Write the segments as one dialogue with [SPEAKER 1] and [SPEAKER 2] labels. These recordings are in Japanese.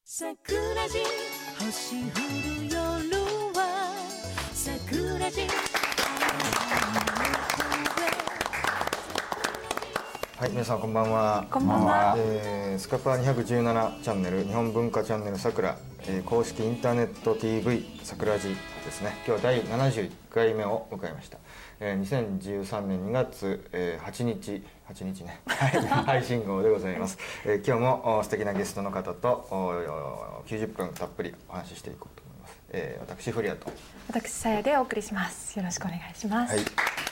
[SPEAKER 1] 桜地星降る夜は桜地。
[SPEAKER 2] はい、皆さんこんばんは。
[SPEAKER 3] こんばんは。
[SPEAKER 2] スカパー217チャンネル、日本文化チャンネルさくら、公式インターネット TV 桜地ですね。今日は第71回目を迎えました。2013年2月、8日ね配信号でございます。今日も素敵なゲストの方と90分たっぷりお話ししていこうと思います。私フリアと
[SPEAKER 3] 私さやでお送りします。よろしくお願いします。
[SPEAKER 2] はい。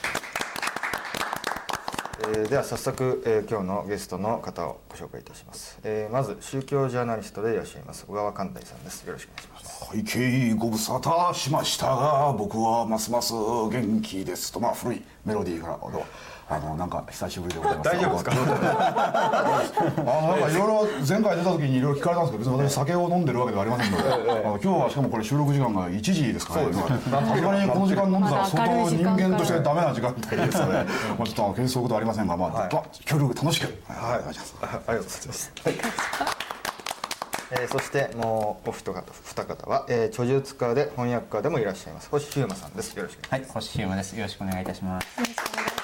[SPEAKER 2] では早速、今日のゲストの方をご紹介いたします。まず宗教ジャーナリストでいらっしゃいます小川寛大さんです。よろしくお願いします。
[SPEAKER 4] 背景ご無沙汰しましたが、僕はますます元気ですと、古いメロディーからなんか久しぶりでございます。
[SPEAKER 2] 大丈夫ですか？
[SPEAKER 4] なんかいろいろ前回出た時にいろいろ聞かれたんですけど、別に私酒を飲んでるわけではありませんので、今日はしかもこれ収録時間が1時ですからね。さすがにこの時間飲んでたら相当人間としてダメな時間帯ですので、ちょっと検証ことはありませんが、協力楽しく
[SPEAKER 2] はい、お願いします。ありがとうございます。そしてもうお二方は、著述家で翻訳家でもいらっしゃいます星飛雄馬さんです。よろしくお願いします。
[SPEAKER 5] はい、星飛雄馬です。よろしくお願いいたします。
[SPEAKER 3] よろしくお願いし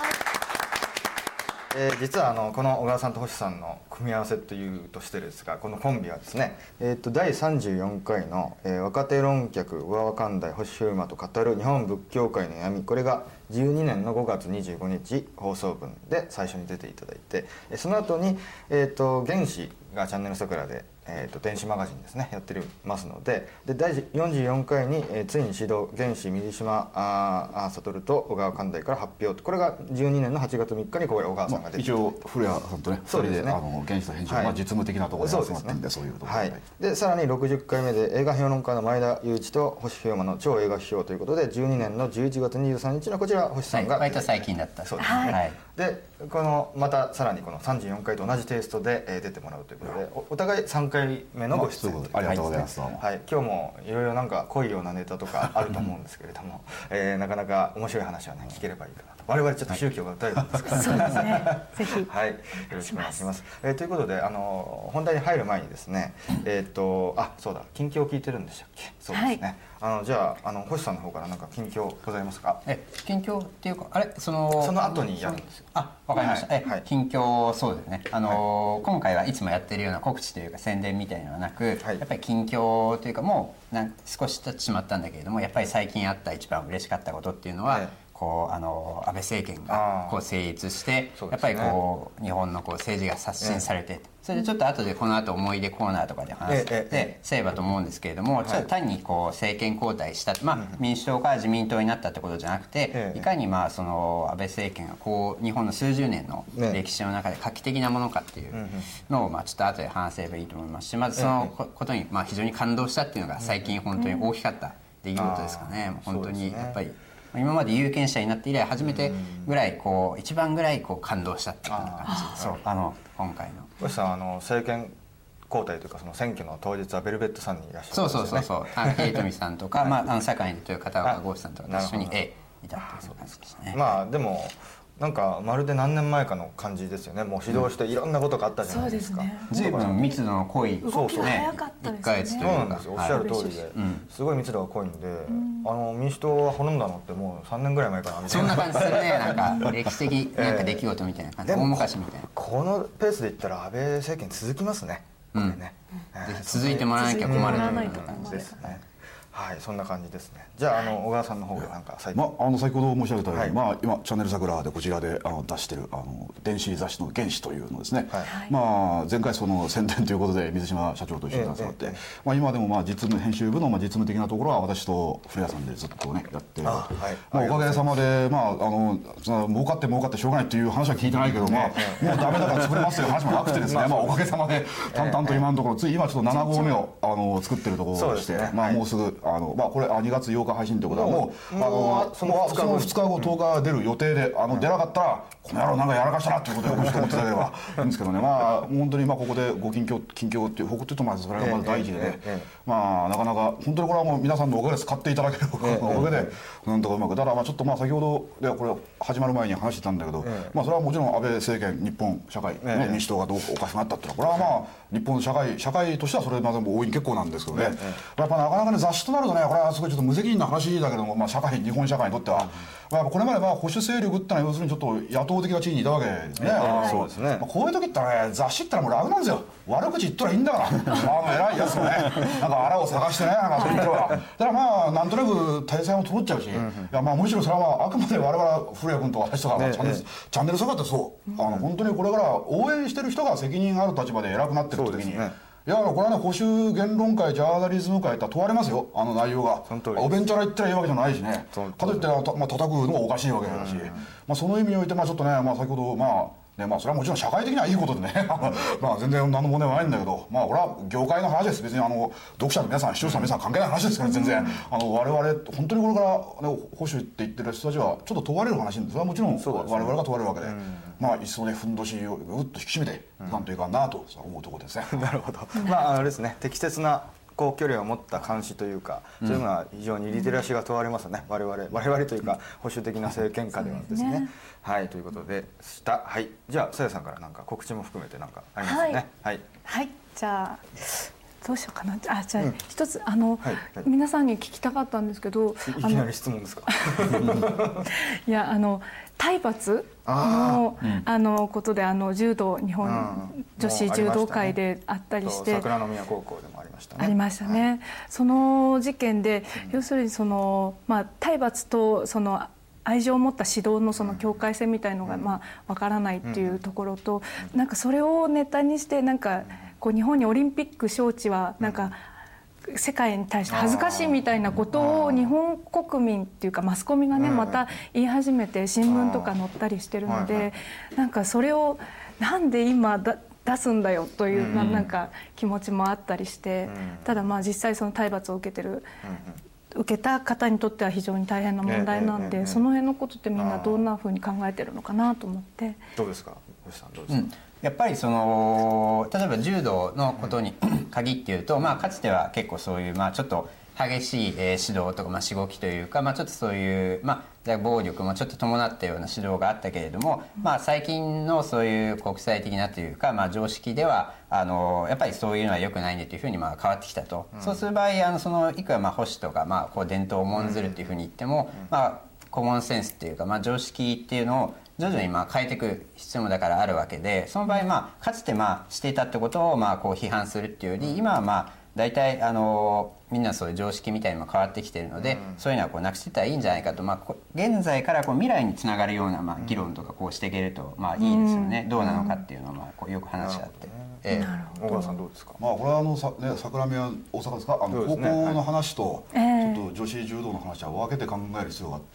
[SPEAKER 3] ます。
[SPEAKER 2] 実はこの小川さんと星さんの組み合わせというとしてですが、このコンビはですね、第34回の、若手論客小川寛大星飛雄馬と語る日本仏教界の闇、これが12年の5月25日放送分で最初に出ていただいて、その後に原始がチャンネル桜で電子マガジンですねやってますので、第44回に、ついに始動原始水島悟と小川寛大から発表と、これが12年の8月3日にこれ小川さんが出て、
[SPEAKER 4] 一応古谷さんとね2人で原始と編集、実務的なところで集まってるんで、そういうところ
[SPEAKER 2] でさらに60回目で映画評論家の前田祐一と星飛雄馬の超映画批評ということで、12年の11月23日のこちら星さんが、
[SPEAKER 5] 割と最近だった。
[SPEAKER 2] そうですね、はい、でこのまたさらにこの34回と同じテイストで出てもらうということで、お互い3回目のご出演、
[SPEAKER 4] ありがとうございます。
[SPEAKER 2] はい、今日もいろいろなんか濃いようなネタとかあると思うんですけれどもなかなか面白い話はね聞ければいいかなと。我々ちょっと宗教が歌えるんですから、
[SPEAKER 3] そうですね。ぜひ
[SPEAKER 2] はい、よろしくお願いします。ということで本題に入る前にですね、そうだ、近況聞いてるんでしたっけ？そうですね。じゃあ星さんの方から何か近況ございますか？
[SPEAKER 5] 近況っていうかその
[SPEAKER 2] 後にやるんですよ。
[SPEAKER 5] わかりました。近況、そうですね。今回はいつもやってるような告知というか宣伝みたいなのはなく、やっぱり近況というか、もう少し経ってしまったんだけれども、やっぱり最近あった一番嬉しかったことっていうのは、安倍政権が成立して、やっぱり日本の政治が刷新されて、それでちょっと後でこの後思い出コーナーとかで話してせればと思うんですけれども、ちょっと単に政権交代した、民主党から自民党になったってことじゃなくて、いかにその安倍政権が日本の数十年の歴史の中で画期的なものかっていうのをちょっと後で話せればいいと思いますし、まずそのことに非常に感動したっていうのが最近本当に大きかった出来事ですかね。本当にやっぱり今まで有権者になって以来初めてぐらい一番ぐらい感動したっていうような感じ。そう今回の
[SPEAKER 2] 星さん政権交代というか、その選挙の当日はベルベットさんにいらっしゃるんですよね。
[SPEAKER 5] そうケイトミさんとか酒井という方がゴースさんとか一緒にいたっていう感じですね。
[SPEAKER 2] でもなんかまるで何年前かの感じですよね。もう指導していろんなことがあったじゃないですか。
[SPEAKER 5] 随分密度の濃い
[SPEAKER 3] 動きが早かったですね。
[SPEAKER 5] 1ヶ月というか。
[SPEAKER 2] そうなんですよ、おっしゃる通りですごい密度が濃いんで、民主党は滅んだのってもう3年ぐらい前かなみたいな、
[SPEAKER 5] そんな感じするね。なんか歴史的なんか出来事みたいな感じ、大昔みたいな。
[SPEAKER 2] このペースでいったら安倍政権続きますね、これね。
[SPEAKER 5] 続いてもらわなきゃ困るという感じ
[SPEAKER 2] ですね。はい、そんな感じですね。じゃあ小川さんの方でなんか
[SPEAKER 4] 先ほど申し上げたように、今チャンネル桜でこちらで出してる電子雑誌の原始というのですね、前回その宣伝ということで水島社長と一緒に集まって、今でも実務編集部の実務的なところは私と古谷さんでずっとねやっておかげさまで儲かってしょうがないっていう話は聞いてないけど、もうダメだから作れますという話もなくてですね、おかげさまで淡々と今のところ、つい今ちょっと7号目を作ってるところでして、もうすぐこれ2月8日配信ということはもうその2日後10日出る予定で出なかったらこの野郎なんかやらかしたなっていうことでちょっと思っていただければいいんですけどね、本当にここでご近況っていう報告というとそれがまず第一でね、なかなか本当にこれはもう皆さんのおかげです。買っていただけるおかげでなんとかうまく、だからちょっと先ほどでこれ始まる前に話してたんだけど、それはもちろん安倍政権、日本社会、民主党がどうおかしくなったっていうのはこれは日本社会としてはそれまでも大いに結構なんですけどね、やっぱなかなかね雑誌となるとねこれはすごいちょっと無責任な話だけども、日本社会にとってはこれまで保守勢力ってのは要するにちょっと野党的な地位にいたわけですね。
[SPEAKER 2] そうですね。
[SPEAKER 4] こういう時ってね雑誌ってのはもう楽なんですよ。悪口言ったらいいんだから偉いやつもねなんかあらを探してねそう言ってればだからなんとなく体裁も取っちゃうし、むしろそれはあくまで我々古谷君と私とかチャンネル下がって本当にこれから応援してる人が責任ある立場で偉くなってる時に、これはね保守言論会ジャーナリズム会って問われますよ、内容が。おべんちゃら言ったらいいわけじゃないしね、かといって叩くのがおかしいわけだし、その意味においてちょっとね先ほどそれはもちろん社会的にはいいことでね全然何の問題もないんだけどこれは業界の話です。別に読者の皆さん視聴者の皆さん関係ない話ですから全然我々本当にこれから、保守って言ってる人たちはちょっと問われる話でそれはもちろん我々が問われるわけで、一層ねふんどしをぐっと引き締めていかんといかんなと思うところですね。
[SPEAKER 2] なるほど。あれですね、適切な距離を持った監視というか、そういうのは非常にリテラシーが問われますね。我々というか保守的な政権下ではですね。はい、ということでした。はい、じゃあさやさんからなんか告知も含めてなんかありますよね。はい。
[SPEAKER 3] じゃあどうしようかな。じゃあ一つ皆さんに聞きたかったんですけど、
[SPEAKER 2] いきなり質問ですか。
[SPEAKER 3] いや体罰のことで柔道日本女子柔道界であったりして
[SPEAKER 2] 桜宮高校でもありましたね。
[SPEAKER 3] ありましたね。その事件で要するに体罰と愛情を持った指導の境界線みたいのがわからないっていうところと、なんかそれをネタにして日本にオリンピック招致は世界に対して恥ずかしいみたいなことを日本国民っていうかマスコミがねまた言い始めて新聞とか載ったりしてるので、なんかそれをなんで今出すんだよというなんか気持ちもあったりして、ただ実際その体罰を受けた方にとっては非常に大変な問題なんで、その辺のことってみんなどんなふうに考えてるのかなと思って。
[SPEAKER 2] どうですか、星さんどうですか。
[SPEAKER 5] やっぱり例えば柔道のことに限って言うと、かつては結構そういうちょっと激しい指導とかしごきというか、ちょっとそういう暴力もちょっと伴ったような指導があったけれども、最近のそういう国際的なというか、常識ではやっぱりそういうのは良くないねというふうに変わってきたと。そうする場合いくら保守とか伝統を重んずるっていうふうに言っても、コモンセンスっていうか常識っていうのを徐々に変えていく必要もだからあるわけで、その場合かつてしていたってことを批判するっていうより、今は大体みんなそういう常識みたいにも変わってきているので、そういうのはなくしていったらいいんじゃないかと、現在から未来につながるような議論とかしていけるといいですよね。どうなのかっていうのをよく話し合って。
[SPEAKER 2] 小川さんどうですか。
[SPEAKER 4] これは桜宮大阪ですか、高校の話とちょっと女子柔道の話は分けて考える必要があって、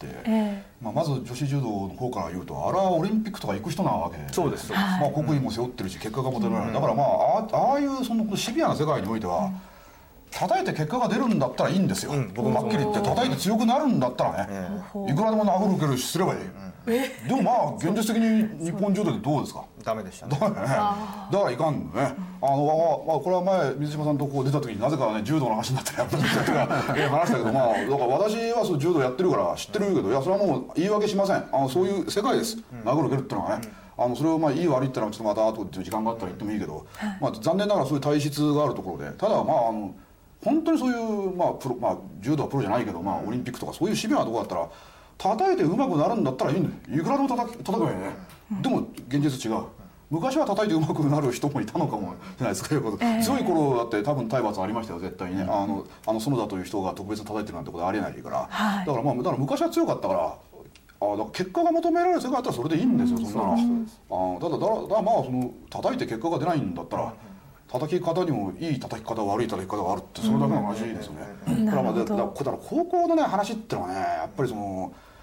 [SPEAKER 4] まず女子柔道の方から言うと、あれはオリンピックとか行く人なわけで、
[SPEAKER 2] そうです
[SPEAKER 4] 国威も背負ってるし結果が求められる。だからああいうシビアな世界においては叩いて結果が出るんだったらいいんですよ。僕はっきり言って叩いて強くなるんだったらね、いくらでも殴るけどすればいい。でも現実的に日本柔道でどうですか。
[SPEAKER 2] ダメでしたね。
[SPEAKER 4] だからいかんのね。これは前水島さんと出た時になぜかね柔道の話になってやっぱり話したけど、だから私はそう柔道やってるから知ってるけど、いやそれはもう言い訳しません。そういう世界です。殴るけるってのはね。それをいい悪いってのはちょっとまた後で時間があったら言ってもいいけど、残念ながらそういう体質があるところで、ただ本当にそういう柔道はプロじゃないけどオリンピックとかそういうシビアなところだったら叩いて上手くなるんだったらいいんだよ。いくらでも叩けばいいね。でも現実違う。昔は叩いて上手くなる人もいたのかもしれないですけど、強い頃だって多分体罰ありましたよ絶対にね。園田という人が特別に叩いてるなんてことはありえないから、だから昔は強かったから。だから結果が求められる世界だったらそれでいいんですよ。そんなのただ叩いて結果が出ないんだったら叩き方にもいい叩き方悪い叩き方があるって、それだけの話ですよね。だから高校のね話ってのはね、やっぱり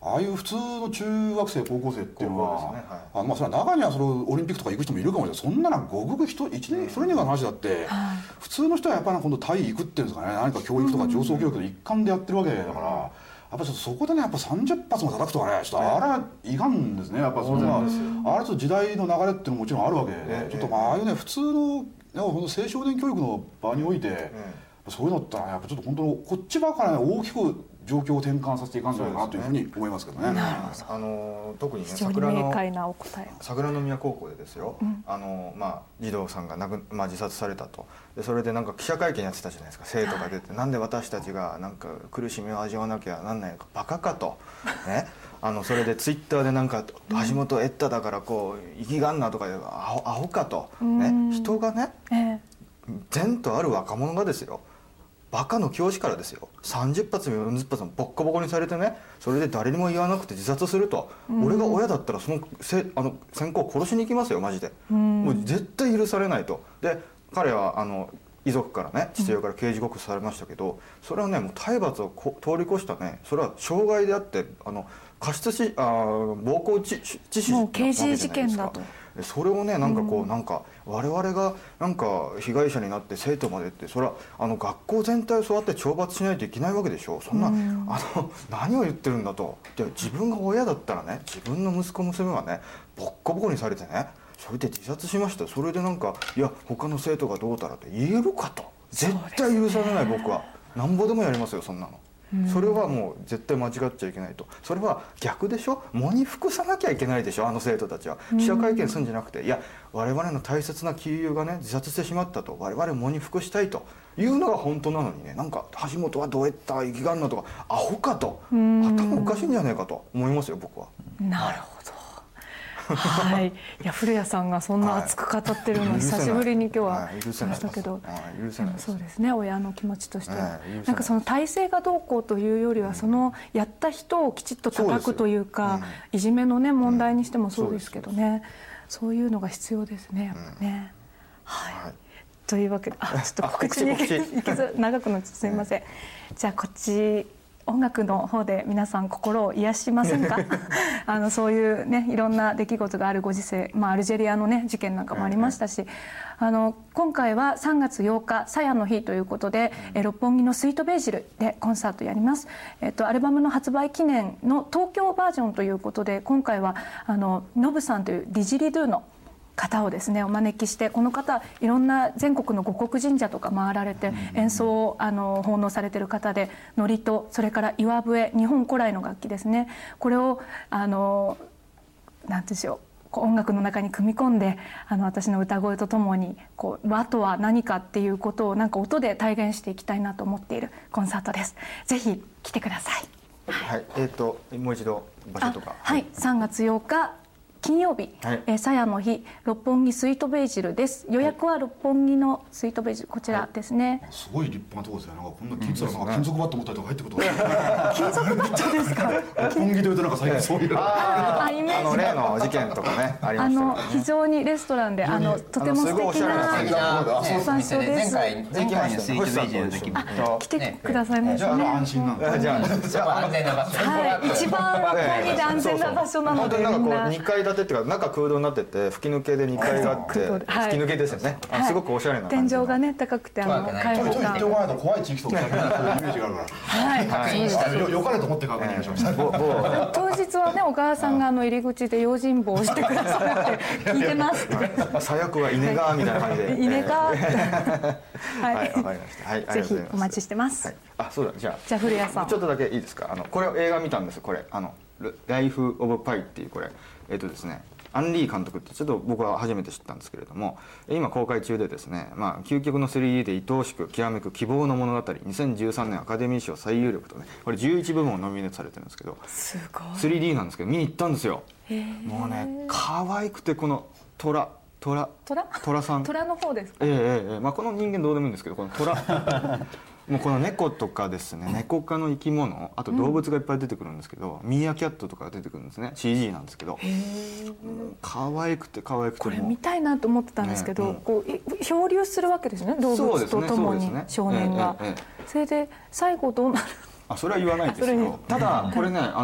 [SPEAKER 4] ああいう普通の中学生高校生っていうのは、まあそれは中にはオリンピックとか行く人もいるかもしれない。そんなのごくごく一人の話だって、普通の人はやっぱり今度タイ行くっていうんですかね、何か教育とか上層教育の一環でやってるわけだから、やっぱちょっとそこでねやっぱ30発も叩くとかね、ちょっとあれはいかんですね。やっぱそれはあれと時代の流れっていうのももちろんあるわけで、ちょっとまあああいうね普通の青少年教育の場において、そういうのってやっぱちょっと本当こっちばからね大きく状況を転換させていかんじゃないかなというふうに思いますけどね。
[SPEAKER 2] 特にね
[SPEAKER 3] 桜
[SPEAKER 2] の宮高校でですよ、児童さんが自殺されたと。でそれでなんか記者会見やってたじゃないですか。生徒が出て、なんで私たちがなんか苦しみを味わわなきゃなんないのかバカかとね。それでツイッターでなんか橋本エッタだからこう生きがんなとかでアホかとね。人がね善とある若者がですよ、バカの教師からですよ30発も40発もボッコボコにされてね、それで誰にも言わなくて自殺すると、俺が親だったらその先行殺しに行きますよマジで、もう絶対許されないと。で彼は遺族からね父親から刑事告訴されましたけど、それはねもう体罰を通り越したね、それは傷害であって過失暴行致死
[SPEAKER 3] もう刑事事件だと。
[SPEAKER 2] それをねなんかこうなんか我々がなんか被害者になって生徒までって、それは学校全体をそうやって懲罰しないといけないわけでしょ。そんな何を言ってるんだと。で自分が親だったらね、自分の息子娘がねボッコボコにされてね、それで自殺しました。それでなんかいや他の生徒がどうたらって言えるかと。絶対許されない。僕はなんぼでもやりますよそんなの。それはもう絶対間違っちゃいけないと。それは逆でしょ。喪に服さなきゃいけないでしょ。生徒たちは記者会見するんじゃなくて、いや我々の大切な親友がね自殺してしまったと、我々喪に服したいというのが本当なのにね、なんか橋本はどうやった生きがんなとかアホかと、頭おかしいんじゃないかと思いますよ僕は。
[SPEAKER 3] なるほど。はい、いや古谷さんがそんな熱く語ってるの久しぶりに今日は聞きましたけど、そうですね、親の気持ちとしてはなんかその体制がどうこうというよりは、そのやった人をきちっと叩くというか、いじめのね問題にしてもそうですけどね、そういうのが必要ですねやっぱね。はい、というわけでちょっと告知に行きず長くなっちゃすみません。じゃあこっち音楽の方で皆さん心を癒しませんか？そういうねいろんな出来事があるご時世、アルジェリアのね事件なんかもありましたし、今回は3月8日さやの日ということで、六本木のスイートベージルでコンサートやります。アルバムの発売記念の東京バージョンということで、今回はノブさんというディジリドゥの方をですねお招きして、この方いろんな全国の護国神社とか回られて演奏を奉納されている方で、祝詞とそれから岩笛、日本古来の楽器ですね、これをなんていうんでしょう、音楽の中に組み込んで私の歌声とともに和とは何かっていうことをなんか音で体現していきたいなと思っているコンサートです。ぜひ来てください。
[SPEAKER 2] はい、もう一度場所とか。
[SPEAKER 3] はい、3月8日金曜日、さやの日、六本木スイートベージルです。予約は六本木のスイートベージル、こちらですね。
[SPEAKER 4] すごい立派なところですよ。なんかこんな金属バット持ったりとか入ってくると。
[SPEAKER 3] 金属バットですか。
[SPEAKER 4] 六本木というとなんか最近そういう。
[SPEAKER 2] イメージ。例の事件とかねありました
[SPEAKER 3] 非常にレストランでとても素敵な場所です。
[SPEAKER 5] 前回のスイートベージルの時も
[SPEAKER 3] 来てくださいましたね。
[SPEAKER 4] 安心なんだ。
[SPEAKER 5] じゃあ安全な場所。
[SPEAKER 3] はい、一番六本木で安全な場所なのでみんな。
[SPEAKER 2] 2階建てっていうか中空洞になってて吹き抜けで2階があって、吹き抜けですよね。すごくおしゃれな感じ。
[SPEAKER 3] 天井がね高くて開放感。
[SPEAKER 4] 人が怖い地域とかそういうイメージがあるから。はい。良かれと思って確認しました。
[SPEAKER 3] 当日はね小川さんが入り口で用心棒をしてくださって聞いてますって。
[SPEAKER 2] 最悪は稲がみたいな感じで。
[SPEAKER 3] 稲が。はい。
[SPEAKER 2] わかりました。はい。
[SPEAKER 3] ぜひお待ちしてます。
[SPEAKER 2] そうだ。じゃ
[SPEAKER 3] あ古谷さん。
[SPEAKER 2] ちょっとだけいいですか。これ映画見たんです。これライフオブパイっていうこれですね。アンリー監督ってちょっと僕は初めて知ったんですけれども、今公開中でですね、究極の 3D で愛おしく極めく希望の物語、2013年アカデミー賞最有力とね、これ11部門ノミネートされてるんですけど、
[SPEAKER 3] すごい
[SPEAKER 2] 3D なんですけど見に行ったんですよ。もうね可愛くて、この虎さん、
[SPEAKER 3] 虎の方ですか。
[SPEAKER 2] この人間どうでもいいんですけど、この虎もうこの猫とかですね、猫科の生き物、あと動物がいっぱい出てくるんですけど、ミーアキャットとかが出てくるんですね。 CG なんですけど、可愛くて可愛くて、
[SPEAKER 3] これ見たいなと思ってたんですけど、漂流するわけですね、動物とともに少年が。それで最後どうなる。
[SPEAKER 2] それは言わないですけど、ただこれね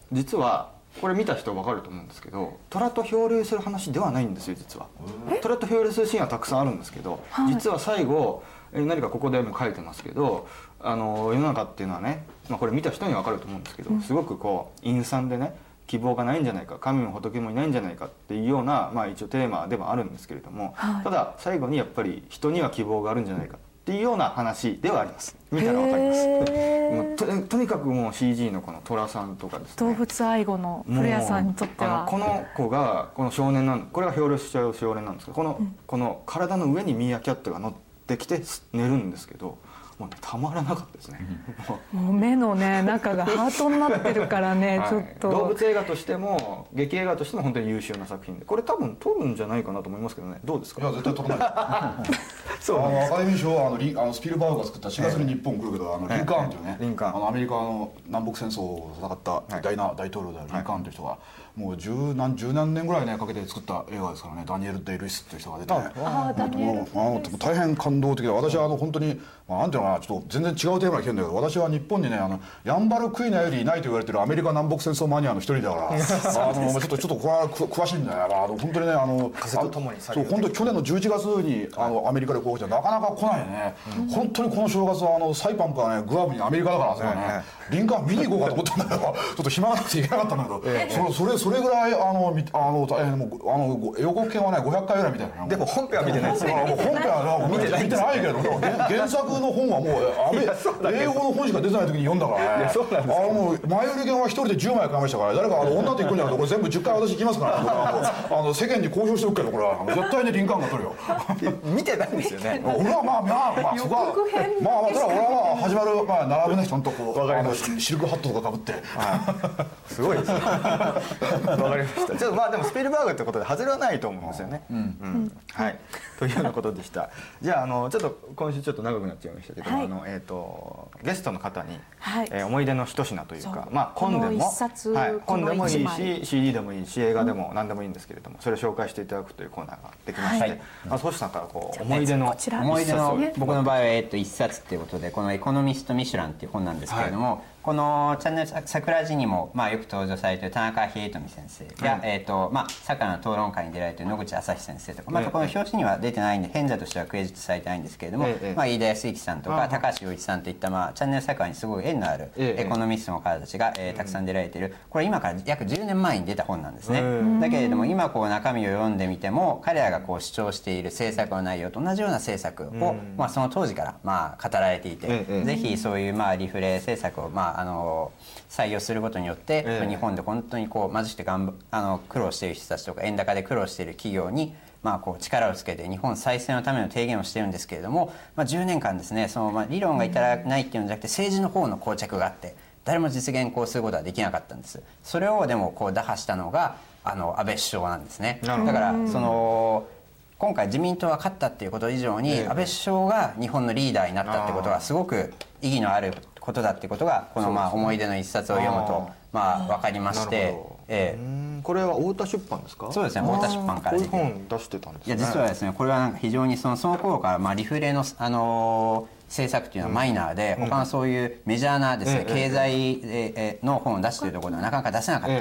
[SPEAKER 2] 実はこれ見た人分かると思うんですけど、虎と漂流する話ではないんですよ実は。虎と漂流するシーンはたくさんあるんですけど、実は最後何かここでも書いてますけど、世の中っていうのはね、これ見た人には分かると思うんですけど、すごくこう陰惨でね、希望がないんじゃないか、神も仏もいないんじゃないかっていうような、一応テーマでもあるんですけれども、ただ最後にやっぱり人には希望があるんじゃないかっていうような話ではあります。見たら分かります。もう とにかくもう CG のこの虎さんとかですね、
[SPEAKER 3] 動物愛護の古谷さんにとっては
[SPEAKER 2] この子がこの少年なんこれが漂流しちゃう少年なんですけど、この体の上にミーアキャットが乗ってきて寝るんですけど、もうね、たまらなかったですね。
[SPEAKER 3] もう目のね中がハートになってるからね、ちょっと
[SPEAKER 2] 動物映画としても劇映画としても本当に優秀な作品で、これ多分撮るんじゃないかなと思いますけどね。どうですか？
[SPEAKER 4] いや絶対撮らないそうアカデミー賞はスピルバーグが作った4月に日本来るけど、リンカーンというね、アメリカの南北戦争を戦った偉大な大統領であるリンカーンという人がもう十何年ぐらいねかけて作った映画ですからね。ダニエル・デイ・ルイスっていう人が出てね、大変感動的で、私は本当になんていうのかな、ちょっと全然違うテーマが来てるんだけど、私は日本にねヤンバルクイナよりいないと言われてるアメリカ南北戦争マニアの一人だからちょっとこれは詳しいんだよ。本当にね
[SPEAKER 2] 風と共に
[SPEAKER 4] そう本当に去年の11月にアメリカでこう来てなかなか来ないね、本当にこの正月はサイパンからねグアムにアメリカだからさね、リンカーン見に行こうかと思ったんだけどちょっと暇がなくて行けなかったんだけど、それぐらい大変予告編はね500回ぐらい見たよね。
[SPEAKER 2] でも本編は見てないですよ。
[SPEAKER 4] 本編は見てないけど原作の本はもう英語の本しか出てない時に読んだからね。前売り券は一人で10枚買いましたから、誰か女と行くんじゃなくてこれ全部10回私行きますからね、世間に公表しておくけどこれは絶対にリンカーンが取るよ。
[SPEAKER 2] 見てないんですよね。
[SPEAKER 4] 俺はそこはそれは俺は始まる並ぶね、ちゃんとこうシルクハットとか被って、
[SPEAKER 2] すごいですね。わかりました。ちょっとでもスピルバーグってことで外れはないと思うんですよね。はい、というようなことでした。じゃあちょっと今週ちょっと長くなっちゃいましたけど、ゲストの方に思い出の一品というか、本でもいいし CD でもいいし映画でも何でもいいんですけれども、それを紹介していただくというコーナーができまして、星さんから思い出の
[SPEAKER 5] 僕の場合は一冊っていうことで、この「エコノミスト・ミシュラン」っていう本なんですけれども、このチャンネル桜地にもよく登場されている田中秀富先生やさくらの討論会に出られている野口朝日先生とか、この表紙には出てないんで偏座としてはクレジットされてないんですけれども、飯田康之さんとか高橋陽一さんといったチャンネル桜にすごい縁のあるエコノミストの方たちがたくさん出られている、これ今から約10年前に出た本なんですね。だけれども今中身を読んでみても、彼らが主張している政策の内容と同じような政策をその当時から語られていて、ぜひそういうリフレ政策を採用することによって、日本で本当に貧しくて苦労している人たちとか円高で苦労している企業に力をつけて日本再生のための提言をしているんですけれども、10年間ですね、理論が至らないっていうんじゃなくて政治の方の膠着があって誰も実現することはできなかったんです。それをでも打破したのが安倍首相なんですね。だから今回自民党が勝ったっていうこと以上に安倍首相が日本のリーダーになったってことはすごく意義のあることだってことがこの思い出の一冊を読むと分かりまして、
[SPEAKER 2] これは太田出版ですか？
[SPEAKER 5] そうですね、太田出版から
[SPEAKER 2] こういう本出してたんですね。
[SPEAKER 5] いや実はですね、これは非常にその頃からリフレの政策っていうのはマイナーで、他のそういうメジャーなですね経済の本を出しているところではなかなか出せなかった。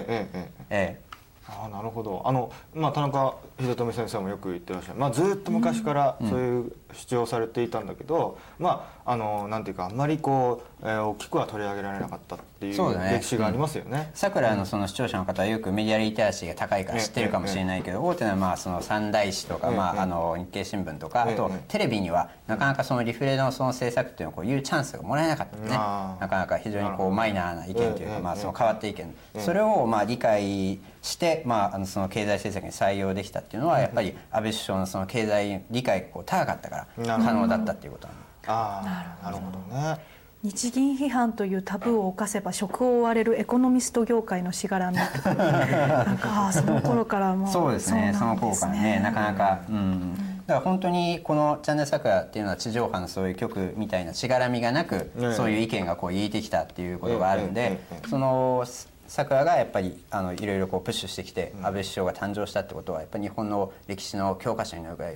[SPEAKER 2] なるほど。田中秀富先生もよく言ってらっしゃる、ずっと昔からそういう主張されていたんだけど、なんていうかあんまり大きくは取り上げられなかったっていう歴史がありますよね。
[SPEAKER 5] さくらの視聴者の方はよくメディアリテラシーが高いから知ってるかもしれないけど、大手のその三大紙とか日経新聞とか、あとテレビにはなかなかそのリフレのその政策っていうのを言うチャンスがもらえなかったんですね。なかなか非常にマイナーな意見というか、その変わった意見、それを理解してその経済政策に採用できたっていうのは、やっぱり安倍首相のその経済理解が高かったから可能だったっていうことなんです。
[SPEAKER 2] なるほどね。
[SPEAKER 3] 日銀批判というタブーを犯せば職を追われるエコノミスト業界のしがらみなんかその頃からも
[SPEAKER 5] そうですね、その頃からね、なかなか、だから本当にこのチャンネル桜っていうのは地上波のそういう局みたいなしがらみがなく、そういう意見が言えてきたっていうことがあるんで、その桜がやっぱりいろいろプッシュしてきて安倍首相が誕生したってことは、やっぱり日本の歴史の教科書になるぐらい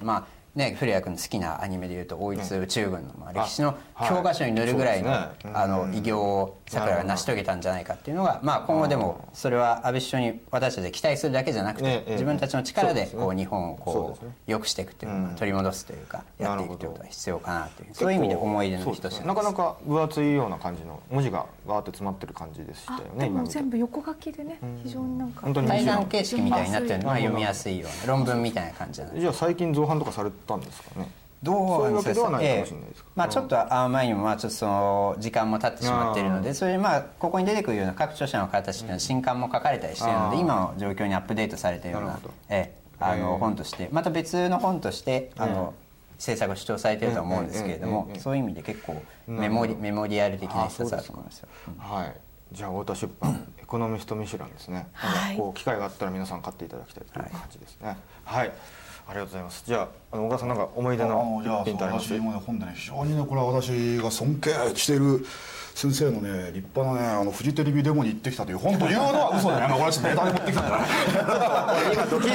[SPEAKER 5] ね、古谷君の好きなアニメでいうと大津宇宙軍の歴史の教科書に載るぐらいの偉業をさくらが成し遂げたんじゃないかっていうのが、まあ、今後でもそれは安倍首相に私たちで期待するだけじゃなくて自分たちの力でこう日本をこう良くしていくっていうのを取り戻すというかやっていくということが必要かなというそういう意味で思い出の一つです。
[SPEAKER 2] なかなか分厚いような感じの文字がバーって詰まってる感じでしたよね。
[SPEAKER 3] でも全部横書きでね非常になんか
[SPEAKER 5] 対談形式みたいになってるのは読みやすいような論文みたいな感じなんです。
[SPEAKER 2] じゃあ最近造反とかされたんですかね。
[SPEAKER 5] そう
[SPEAKER 2] いうわけではないかもしれないですか。
[SPEAKER 5] まあちょっと前にもまあちょっとその時間も経ってしまっているので、それでまあここに出てくるような各著者の方たちっていうのは新刊も書かれたりしているので、今の状況にアップデートされたような本としてまた別の本として制作を主張されていると思うんですけれども、そういう意味で結構メモリアル的な一冊だと思いますよ。
[SPEAKER 2] はい。じゃあ太田出版エコノミストミシュランですね。こう機会があったら皆さん買っていただきたいという感じですね。はい。ありがとうございます。じゃあ小川さんなんか思い出の一品ってあります？
[SPEAKER 4] 私もね本でね非常にねこれは私が尊敬している先生のね立派なねフジテレビデモに行ってきたという本というのは嘘でね、これはちょっとネタで持ってきたんじゃない
[SPEAKER 2] 今ドキ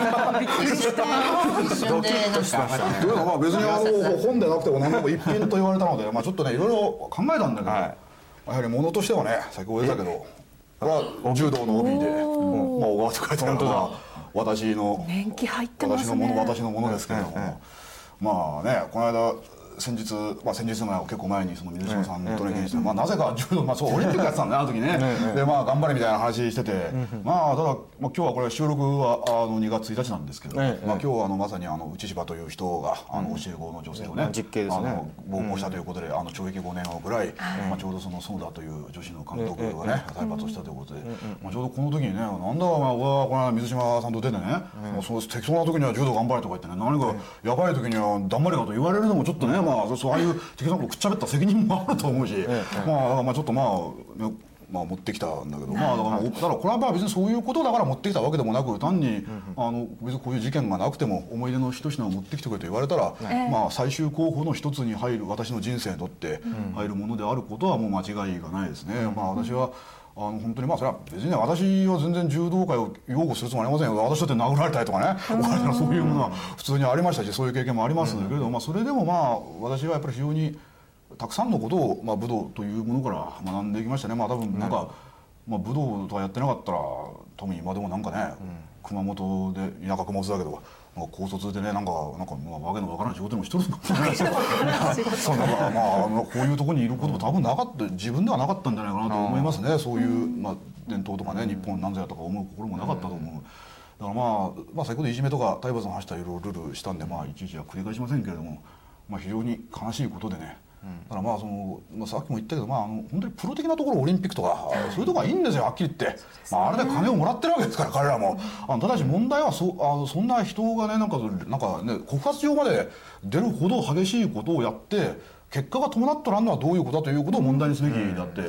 [SPEAKER 2] ッとしましたね。
[SPEAKER 4] というのは別に本でなくても何でも一品と言われたので、まあちょっとねいろいろ考えたんだけど、やはりものとしてはね先ほど言ったけどこれは柔道の帯で小川って書いてあるのが私の
[SPEAKER 3] 年季入ってますね。
[SPEAKER 4] 私のものですけれども、まあねこの間先日の結構前にその水島さんとね現地でなぜか柔道そうオリンピックやってたんだねあの時ねでまあ頑張れみたいな話しててまあただ今日はこれ収録は2月1日なんですけどまあ今日はまさに内柴という人が教え子の女性をね
[SPEAKER 2] 実刑ですね
[SPEAKER 4] 暴行したということで懲役5年ぐらいちょうどその園田という女子の監督がね体罰したということでちょうどこの時にねなんだお前はこの水島さんと出てね適当な時には柔道頑張れとか言ってね何かやばい時には黙れかと言われるのもちょっとねそうああいう適当なくっちゃべった責任もあると思うしまあちょっとまあ持ってきたんだけどだからこれはまあ別にそういうことだから持ってきたわけでもなく単に別にこういう事件がなくても思い出の一品を持ってきてくれと言われたらまあ最終候補の一つに入る私の人生にとって入るものであることはもう間違いがないですね。まあ私は本当にそれは別にね私は全然柔道界を擁護するつもりありませんよ。私だって殴られたりとかねそういうものは普通にありましたしそういう経験もありますけれどそれでも私はやっぱり非常にたくさんのことを武道というものから学んできましたね。多分なんか武道とかやってなかったら多分今でもなんかね熊本で田舎熊本だけど高卒でねなんかわけのわからない仕事でもしてるのかもしれないですよ。こういうところにいることも多分なかった自分ではなかったんじゃないかなと思いますね。そういう伝統とかね日本なんぞやとか思う心もなかったと思う。だから先ほどいじめとか体罰の話したいろいろルールしたんでいちいちは繰り返しませんけれども非常に悲しいことでね。だからさっきも言ったけど本当にプロ的なところオリンピックとかそういうところはいいんですよはっきり言ってあれで金をもらってるわけですから彼らもただし問題はそんな人がねなんかね告発状まで出るほど激しいことをやって結果が伴っとらんのはどういうことだということを問題にすべきだって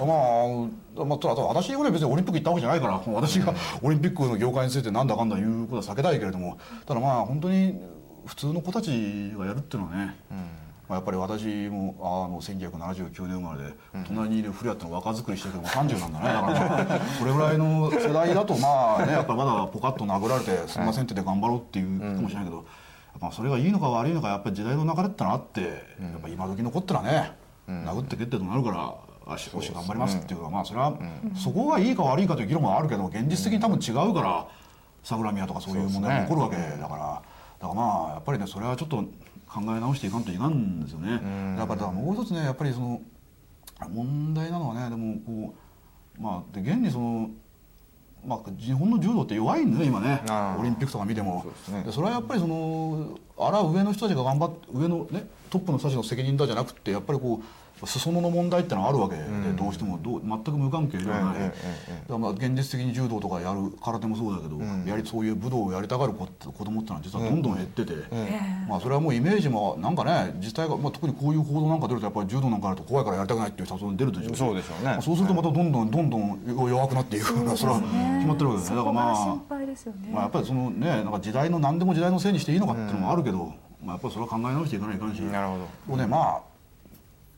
[SPEAKER 4] 私はね別にオリンピック行ったわけじゃないから私がオリンピックの業界についてなんだかんだ言うことは避けたいけれどもただ本当に普通の子たちがやるっていうのはねやっぱり私も1979年生まれで隣にいる古谷っての若作りしてるけども30なんだねだからこれぐらいの世代だとやっぱまだポカッと殴られてすいませんってで頑張ろうっていうかもしれないけどそれがいいのか悪いのかやっぱり時代の流れってのあってやっぱ今時の子ってのはね殴って蹴ってとなるからよし頑張りますっていうかそれはそこがいいか悪いかという議論もあるけど現実的に多分違うから桜宮とかそういう問題が起こるわけだからやっぱりねそれはちょっと考え直していかんといかんですよね。やっぱりもう一つねやっぱりその問題なのはねでも現に日本の柔道って弱いんだね今ねオリンピックとか見てもそれはやっぱりあら上の人たちが頑張って上のねトップの人たちの責任だじゃなくてやっぱり裾野の問題ってのはあるわけでどうしても全く無関係ではないだから現実的に柔道とかやる空手もそうだけどやはりそういう武道をやりたがる子供ってのは実はどんどん減っててそれはもうイメージもなんかね実態が特にこういう報道なんか出るとやっぱり柔道なんかあると怖いからやりたくないっていう人が出るでしょう
[SPEAKER 2] そうでしょうね
[SPEAKER 4] そうするとまたどんどん弱くなっていくそれは決まってるわけですねだから
[SPEAKER 3] 心配ですよね
[SPEAKER 4] やっぱりなんか時代の何でも時代のせいにしていいのかっていうのもあるけどやっぱりそれは考え直していかないかんし
[SPEAKER 2] なるほど
[SPEAKER 4] ね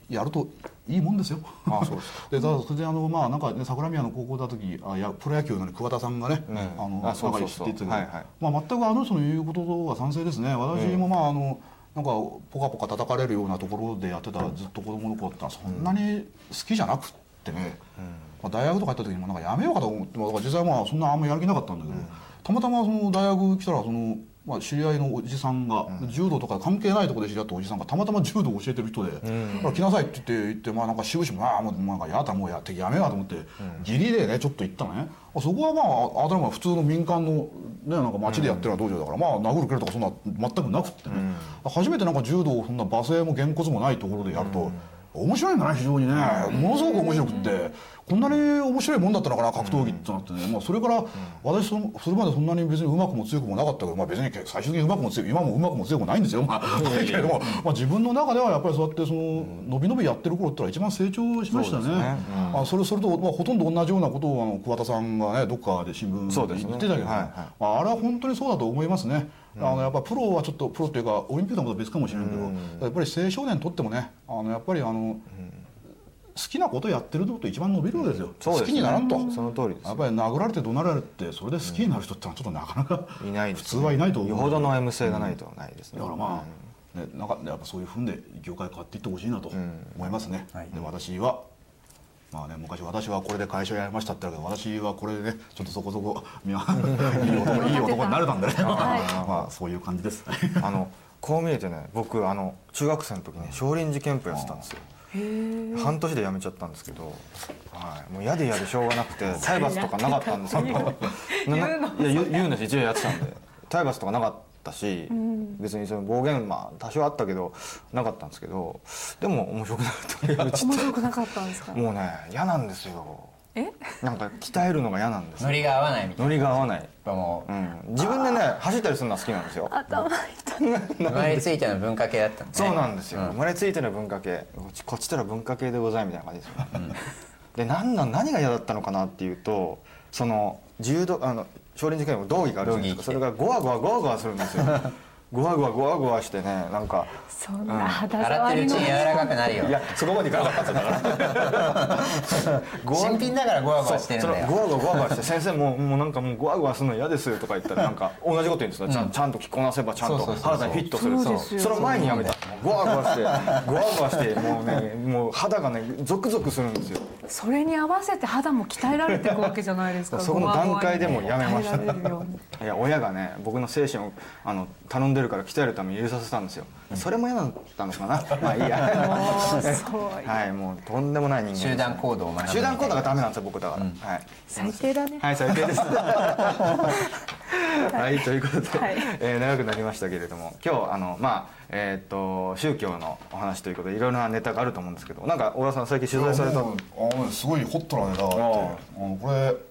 [SPEAKER 4] やるといいもんですよ。
[SPEAKER 2] あ、そうですか。
[SPEAKER 4] で、ただそれでまあなんかね、桜宮の高校だった時、プロ野球の、ね、桑田さんがね、なんか知って言ってたけど、まあ全く全くの言うことは賛成ですね。私もまあなんかポカポカ叩かれるようなところでやってたずっと子供の頃ってそんなに好きじゃなくってね、まあ、大学とか行った時にもなんかやめようかと思って、だから実際まあそんなあんまやる気なかったんだけど、たまたまその大学来たらまあ、知り合いのおじさんが、柔道とか関係ないところで知り合ったおじさんがたまたま柔道を教えてる人で「来なさい」って言ってまあなんかしぶしぶ「もうなんかやだもうやめようと思って義理でねちょっと行ったのね。そこはまああたり前普通の民間の、ね、なんか町でやってるような道場だから、まあ殴る蹴るとかそんな全くなくってね、初めてなんか柔道をそんな罵声もげんこつもないところでやると。面白いんだね非常にね、ものすごく面白くってこんなに面白いもんだったのかな格闘技ってなってね、まあ、それから私それまでそんなに別にうまくも強くもなかったけど、まあ、別に最終的にうまくも強い今もうまくも強くもないんですよ、まあ、だけれども、まあ、自分の中ではやっぱりそうやって伸び伸びやってる頃ってのは一番成長しましたね。それと、まあ、ほとんど同じようなことを桑田さんがねどっかで新聞で言ってたけど、まあ、あれは本当にそうだと思いますね。やっぱプロはちょっとプロっていうかオリンピックのことは別かもしれないけど、やっぱり青少年にとってもねやっぱり好きなことやってるのと一番伸びるわけですよ。好きにならんと。
[SPEAKER 2] その通りです。
[SPEAKER 4] やっぱり殴られて怒鳴られてそれで好きになる人ってのはちょっとなかなか
[SPEAKER 2] いない
[SPEAKER 4] 普通はいないと思う。
[SPEAKER 2] よほどの M 性がないとないですね。
[SPEAKER 4] だからまあなんかやっぱそういうふうで業界変わっていってほしいなと思いますね。で私はまあね、昔私はこれで会社を辞めましたって言ったけど私はこれでねちょっとそこそこいい男になれたんでねまあそういう感じです。
[SPEAKER 2] こう見えてね僕中学生の時に少林寺拳法やってたんですよ。半年で辞めちゃったんですけど、もう嫌で嫌でしょうがなくて体罰とかなかったんですよ。言うんです一応やってたんで体罰とかなかったし、別にその暴言まあ多少あったけどなかったんですけど、でも面白くなかった。
[SPEAKER 3] 面白くなかったんですか。
[SPEAKER 2] もうね嫌なんですよ。なんか鍛えるのが嫌なんですよ。
[SPEAKER 5] ノリが合わないみたいな。
[SPEAKER 2] ノリが合わない。
[SPEAKER 5] も
[SPEAKER 2] う自分でね走ったりするのは好きなんですよ。
[SPEAKER 3] 頭痛い。
[SPEAKER 5] 生まれついての文化系だったんですね。
[SPEAKER 2] そうなんですよ。生まれついての文化系。こっちとら文化系でございみたいな感じですよ。で何が嫌だったのかなっていうとその柔道少林寺拳法道着があるじゃないですか。それがゴワゴワするんですよ。ゴワゴワしてねなんか
[SPEAKER 3] そんな肌触りの
[SPEAKER 5] 洗ってるうちに柔らかくなるよ。
[SPEAKER 2] いやそこまでいかなかったんだから
[SPEAKER 5] 新品だからゴワゴワしてるんだよ。
[SPEAKER 2] ゴワゴワして先生もうなんかもうゴワゴワするの嫌ですとか言ったらなんか同じこと言うんですよ。ちゃんと着こなせばちゃんと肌にフィットする。その前にやめた。ゴワゴワしてもう肌がねゾクゾクするんですよ。
[SPEAKER 3] それに合わせて肌も鍛えられていくわけじゃないですか。
[SPEAKER 2] そこの段階でもやめました。いや親がね僕の精神を頼んでるから鍛えるために入れさせたんですよ。それも嫌だったのかな。まあいいや。はいもうとんでもない人間。
[SPEAKER 5] 集団行動を学ぶ。
[SPEAKER 2] 集団行動がダメなんですよ僕だから。はい。
[SPEAKER 3] 最低だね。
[SPEAKER 2] はい最低です。はいということで長くなりましたけれども今日まあ宗教のお話ということでいろいろなネタがあると思うんですけどなんか小田さん最近取材された
[SPEAKER 4] すごいホットなネタがあってこれ。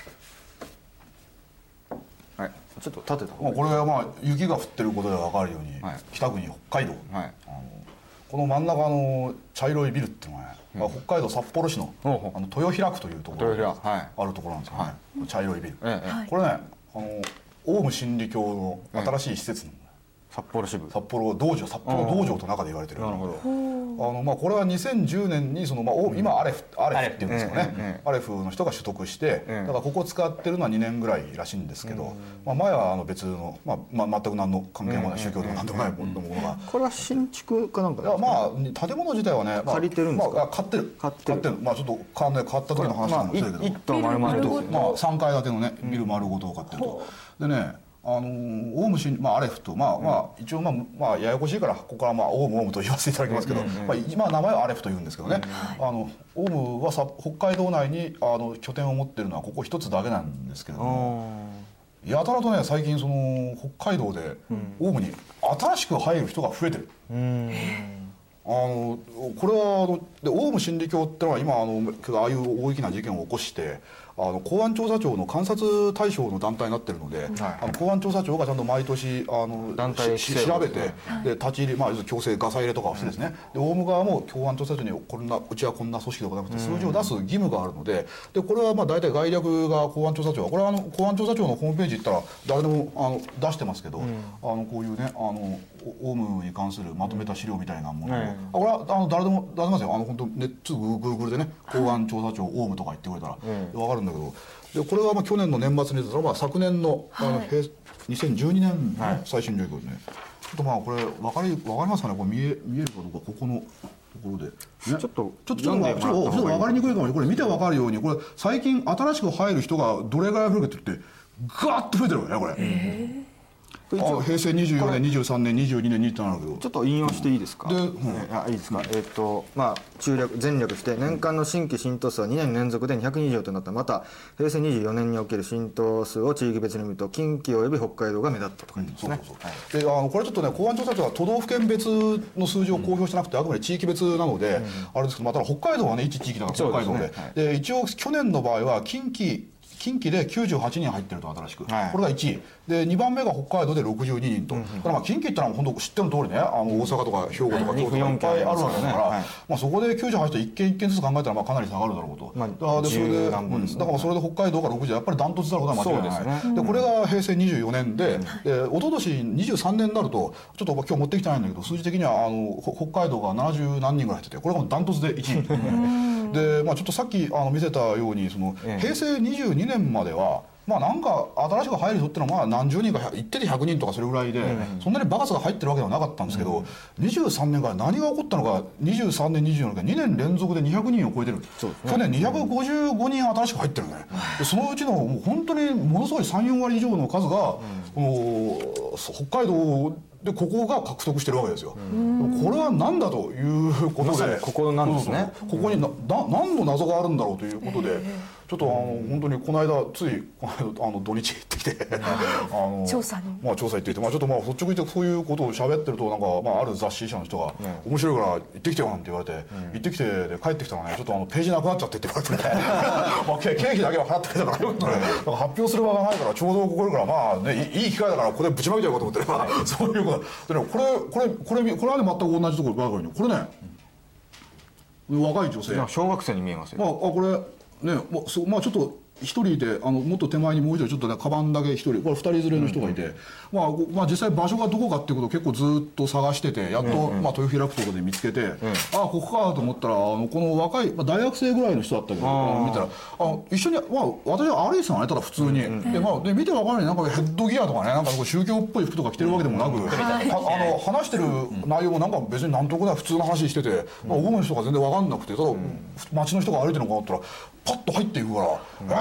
[SPEAKER 2] ちょっと立てた方がいい。
[SPEAKER 4] これはまあ雪が降ってることで分かるように、北国北海道、この真ん中の茶色いビルっていうのはね、北海道札幌市の豊平区というところがあるところなんですよね。茶色いビル、これねオウム真理教の新しい施設の
[SPEAKER 2] 札幌支部
[SPEAKER 4] 札幌道場と中で言われてる。なるほど。まあこれは2010年に今アレフっていうんですよね。アレフの人が取得してだからここ使ってるのは2年ぐらいらしいんですけど、前は別の全く何の関係もない宗教でも何でもないものが。
[SPEAKER 2] これは新築かなんか。
[SPEAKER 4] まあ建物自体はね
[SPEAKER 2] 借りてるんですか。
[SPEAKER 4] 買ってる。まあちょっと変わった時の話なんですけど。
[SPEAKER 2] 一棟丸々ですよね。
[SPEAKER 4] まあ3階建てのねビル丸ごとを買ってると。でね。オウムアレフと一応まあややこしいからここからオウムと言わせていただきますけど今名前はアレフと言うんですけどねオウムは北海道内に拠点を持ってるのはここ一つだけなんですけれどもやたらとね最近その北海道でオウムに新しく入る人が増えてる。これはオウム真理教ってのは今ああいう大きな事件を起こして公安調査庁の監察対象の団体になってるので、公安調査庁がちゃんと毎年
[SPEAKER 2] 団体
[SPEAKER 4] 調べてで立ち入り強制ガサ入れとかをしてですね、でオウム側も公安調査庁にうちはこんな組織でございますって数字を出す義務があるので、これは大体概略が公安調査庁はこれは公安調査庁のホームページ行ったら誰でも出してますけど、こういうねオウムに関するまとめた資料みたいなものを、これは誰でも出せますよ。本当ネットグーグルでね、公安調査庁オウムとか言ってくれたら分かるんだけど、でこれは去年の年末に出た昨年の2012年の最新状況ですね。ちょっとこれ分かりますかね、これ見えるかどうか、ここのところで、ね、ちょっと分かりにくいかもしれない。これ見て分かるように、これ最近新しく入る人がどれぐらい増えてるってガーッと増えてるわけね、これ。平成24年、23年、22年にってなるけど、
[SPEAKER 2] ちょっと引用していいですか。いいですか。前略して年間の新規浸透数は2年連続で200人以上となった。また平成24年における浸透数を地域別に見ると近畿および北海道が目立ったとか言ってますね。
[SPEAKER 4] でこれちょっとね、公安調査庁は都道府県別の数字を公表してなくて、あくまで地域別なので、あれですけど、ただ北海道はね、一地域だから北海道で、一応去年の場合は近畿で98人入ってると、新しく、これが1位で、2番目が北海道で62人と、だから近畿ってのは本当知ってる通りね、大阪とか兵庫とか京都とかいっぱいあるわけだから、そこで98と一件一件ずつ考えたらかなり下がるだろうと、だからそれで北海道が60はやっぱりダントツだろうことは間違いない。でこれが平成24年で、一昨年23年になると、ちょっと今日持ってきてないんだけど、数字的には北海道が70何人ぐらい入ってて、これがダントツで1位で、ちょっとさっき見せたように、平成22年まではなんか新しく入る人ってのは何十人か、一手で100人とかそれぐらいで、そんなにバカスが入ってるわけではなかったんですけど、23年から何が起こったのか、23年24年か2年連続で200人を超えてる。去年255人新しく入ってるね。でそのうちのもう本当にものすごい 3,4 割以上の数が北海道でここが獲得してるわけですよ。これは何だということで、
[SPEAKER 2] ここなんですね。
[SPEAKER 4] ここに何の謎があるんだろうということで、ちょっと本当にこの間土日行ってきて
[SPEAKER 3] 調査に
[SPEAKER 4] 調査行ってきて、ちょっと率直に言ってそういうことを喋ってると、なんかある雑誌社の人が面白いから行ってきてよなんて言われて、行ってきてで帰ってきたらね、ちょっとページなくなっちゃってって言われてね経費だけは払ってくれたからよくね、発表する場がないからちょうどここからいい機会だからここでぶちまけてやろうと思ってそういうことでね、これはね全く同じところばかりに、これね若い女性、
[SPEAKER 2] 小学生に見えますよ。
[SPEAKER 4] これね、ちょっと一人いて、もっと手前にもう一人ちょっとね、カバンだけ一人、これ2人連れの人がいて、実際場所がどこかっていうことを結構ずっと探してて、やっと豊開くところで見つけて、ここかと思ったら、この若い、大学生ぐらいの人だったけど、見たら一緒に私は歩いてたのね、ただ普通に。で見て分かるように、なんかヘッドギアとかね、なんか宗教っぽい服とか着てるわけでもなく、話してる内容もなんか別になんとなく普通の話してて、オウムの人が全然分かんなくて、ただ街の人が歩いてるのかなと思ったらパッと入っていくから、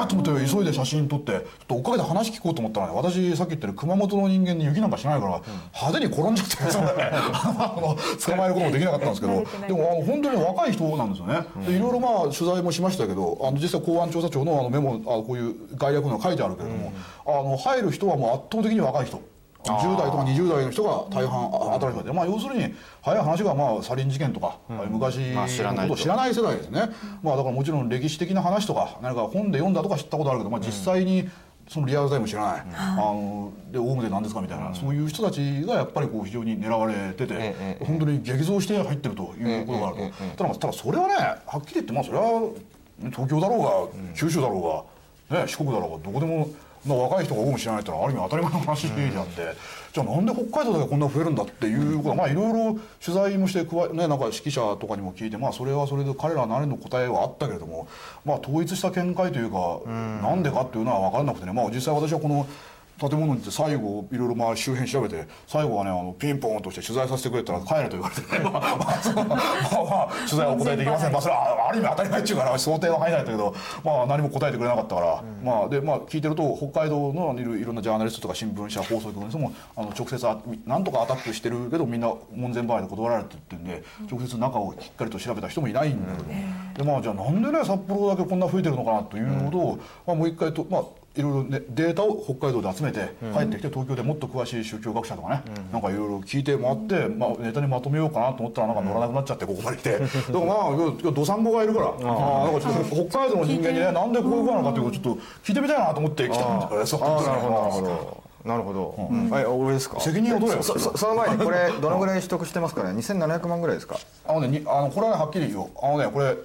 [SPEAKER 4] と思って急いで写真撮って、ちょっと追っかけて話聞こうと思ったらね、私さっき言ってる熊本の人間に雪なんかしないから派手に転んじゃって捕まえることもできなかったんですけど、でも本当に若い人なんですよね。でいろいろ取材もしましたけど、実際公安調査庁のメモこういう概略の書いてあるけれども、入る人はもう圧倒的に若い人。10代とか20代の人が大半新しくて、要するに早い話がサリン事件とか、昔のことを知らない世代ですね。だからもちろん歴史的な話とか何か本で読んだとか知ったことあるけど、実際にそのリアルタイム知らない、でオウムで何ですかみたいな、そういう人たちがやっぱり非常に狙われてて、本当に激増して入ってるということがあると。ただそれはね、はっきり言ってそれは東京だろうが九州だろうが、四国だろうがどこでも若い人がオウム知らないってのはある意味当たり前の話であって、じゃあなんで北海道だけこんな増えるんだっていうことは、いろいろ取材もしてなんか指揮者とかにも聞いて、それはそれで彼らなりの答えはあったけれども、統一した見解というか、なんでかっていうのは分からなくてね、実際私はこの建物に行って最後いろいろ周辺調べて、最後はねピンポンとして取材させてくれたら帰れと言われてね取材は答えていきません、それはある意味当たり前っていうから想定は入らないんだけど、何も答えてくれなかったから、で聞いてると北海道のいろんなジャーナリストとか新聞社放送局の人も直接なんとかアタックしてるけどみんな門前払いで断られてってんで、直接中をしっかりと調べた人もいないんだけど、じゃあなんでね札幌だけこんな増えてるのかなということを、もう一回といろいろ、データを北海道で集めて帰ってきて、東京でもっと詳しい宗教学者とかね、なんかいろいろ聞いて回って、ネタにまとめようかなと思ったらなんか乗らなくなっちゃってここまで来て、だからどさんこがいるから、なんかちょっと北海道の人間にね、なんでこういうふうなのかっていうのをちょっと聞いてみたいなと思って来たんだから、
[SPEAKER 2] なるほど。俺ですか。
[SPEAKER 4] 責任を取れよ。
[SPEAKER 2] その前にこれどのぐらい取得してますかね。2700万ぐらいですか。
[SPEAKER 4] これははっきり言うよ。これ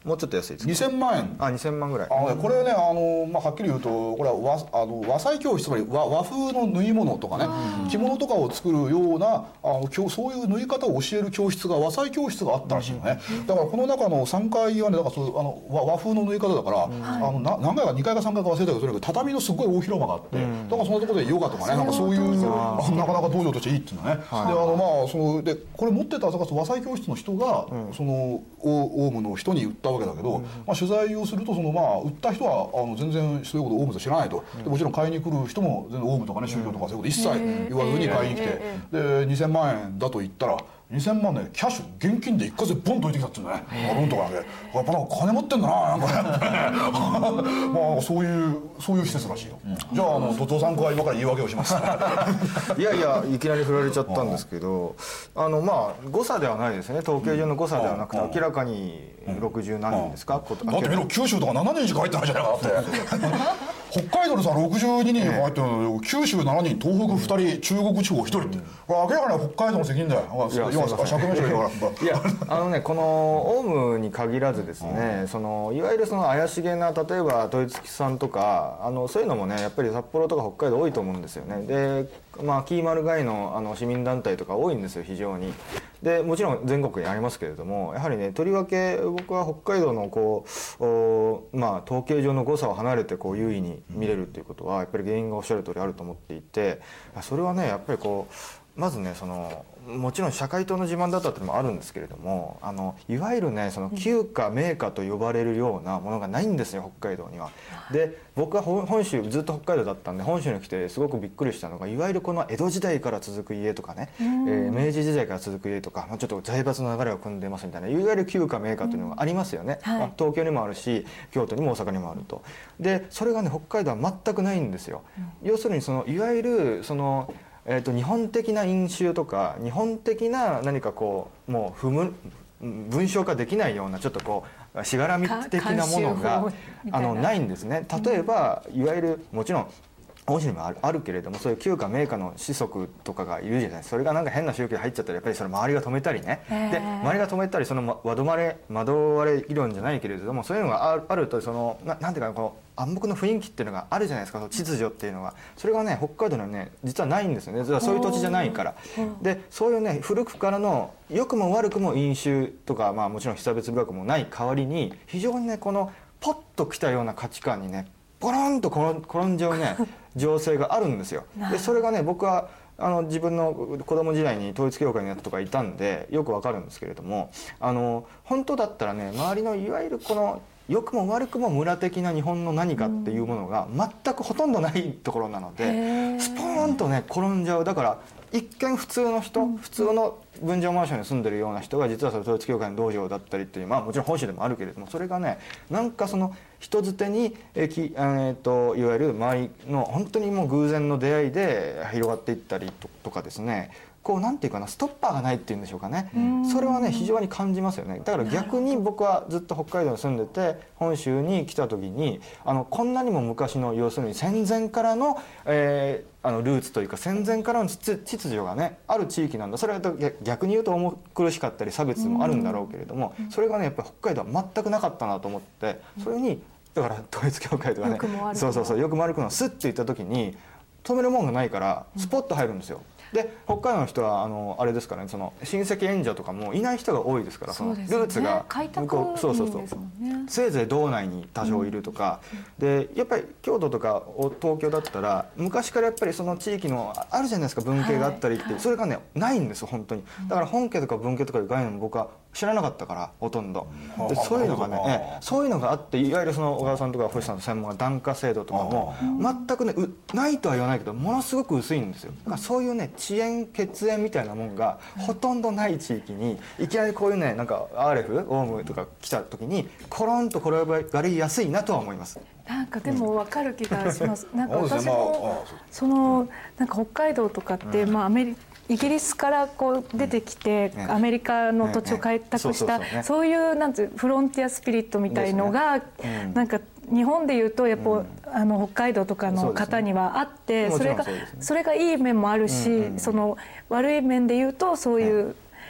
[SPEAKER 2] もうちょっと安いですか。
[SPEAKER 4] 2000万円。
[SPEAKER 2] 2000万ぐらい。
[SPEAKER 4] これねはっきり言うとこれは和裁教室、つまり和風の縫い物とかね着物とかを作るようなそういう縫い方を教える教室が和裁教室があったらしいのね。だからこの中の3階はねだからそう和風の縫い方だから、何階か2階か3階か忘れたけどとにかく畳のすごい大広間があって、だからそのところでヨガとかねなんかそういうなかなか道場としていいっていうのね。でこれ持ってた和裁教室の人がそのオウムの人に売ったわけだけど、取材をすると売った人は全然そういうことオウムと知らないと。でもちろん買いに来る人も全然オウムとかね宗教とかそういうこと一切言わずに買いに来て、で2000万円だと言ったら2000万ねキャッシュ現金で一括でボンと置いてきたっていうね。ロンとかでやっぱなんか金持ってんだななんかねそういう施設らしいよ。じゃあ後藤さんは今から言い訳をします
[SPEAKER 2] いやいやいきなり振られちゃったんですけど誤差ではないですね。統計上の誤差ではなくて明らかに60何人ですか。
[SPEAKER 4] だって見ろ九州とか7人しか入ってないじゃないかって北海道でさ62人入ってるのに九州7人東北2人中国地方1人って明らかに北海道の責任だよ。
[SPEAKER 2] いやこのオウムに限らずですねいわゆる怪しげな例えば統一さんとかそういうのもねやっぱり札幌とか北海道多いと思うんですよね。でキーマルガイの市民団体とか多いんですよ非常に。でもちろん全国にありますけれどもやはりねとりわけ僕は北海道の統計上の誤差を離れて優位に見れるっていうことはやっぱり原因がおっしゃる通りあると思っていて、それはねやっぱりまずねもちろん社会党の自慢だったっていうのもあるんですけれどもいわゆるね旧家名家と呼ばれるようなものがないんですよ北海道には。で僕は本州ずっと北海道だったんで本州に来てすごくびっくりしたのがいわゆるこの江戸時代から続く家とかね、明治時代から続く家とかちょっと財閥の流れを組んでますみたいないわゆる旧家名家というのがありますよね。東京にもあるし京都にも大阪にもあると。でそれがね北海道は全くないんですよ。要するにいわゆる日本的な因習とか日本的な何かもう文章化できないようなちょっとしがらみ的なものがないんですね。例えばいわゆるもちろん本州にもあるけれどもそういう旧家名家の子息とかがいるじゃないですか。それがなんか変な宗教に入っちゃったらやっぱり周りが止めたりね。で周りが止めたり惑われ理論じゃないけれどもそういうのがあるとなんていうか暗黙の雰囲気っていうのがあるじゃないですか。秩序っていうのがそれがね北海道にはね実はないんですよね。実はそういう土地じゃないから。でそういうね古くからの良くも悪くも因習とかもちろん被差別部落もない代わりに非常にねポッと来たような価値観にねポロンと転んじゃうね情勢があるんですよ。でそれがね僕は自分の子供時代に統一教会のやつとかいたんでよくわかるんですけれども本当だったらね周りのいわゆる良くも悪くも村的な日本の何かっていうものが全くほとんどないところなのでスポーンとね転んじゃう。だから一見普通の人普通の分譲マンションに住んでるような人が実は統一教会の道場だったりっていうもちろん本州でもあるけれどもそれがねなんか人づてにいわゆる周りの本当にもう偶然の出会いで広がっていったりとかですねなんていうかなストッパーがないっていうんでしょうかね。それはね非常に感じますよね。だから逆に僕はずっと北海道に住んでて本州に来た時にこんなにも昔の要するに戦前からのルーツというか戦前からの秩序がねある地域なんだ。それは逆に言うと重苦しかったり差別もあるんだろうけれどもそれがねやっぱり北海道は全くなかったなと思ってそれにだから統一教会とかねそうよくも悪くもスッていった時に止めるもんがないからスポッと入るんですよ。で北海道の人はあれですからね親戚援助とかもいない人が多いですからルーツが向こうせいぜい道内に多少いるとか、でやっぱり京都とか東京だったら昔からやっぱりその地域のあるじゃないですか文系があったりってそれがねないんですよ本当に。だから本家とか文系とかいう概念も僕は知らなかったからほとんどでそういうのがねそういうのがあっていわゆる小川さんとか星さんの専門が檀家制度とかも全くねないとは言わないけどものすごく薄いんですよ。だからそういうね遅延血縁みたいなもんがほとんどない地域にいきなりこういうねなんかオウムとか来た時にコロンと転がりやすいなとは思います。
[SPEAKER 3] なんかでも分かる気がします。なんか私もなんか北海道とかってイギリスから出てきてアメリカの土地を開拓したそういうなんてフロンティアスピリットみたいのがなんか日本でいうとやっぱ北海道とかの方にはあってそれがいい面もあるし悪い面でいうとそういう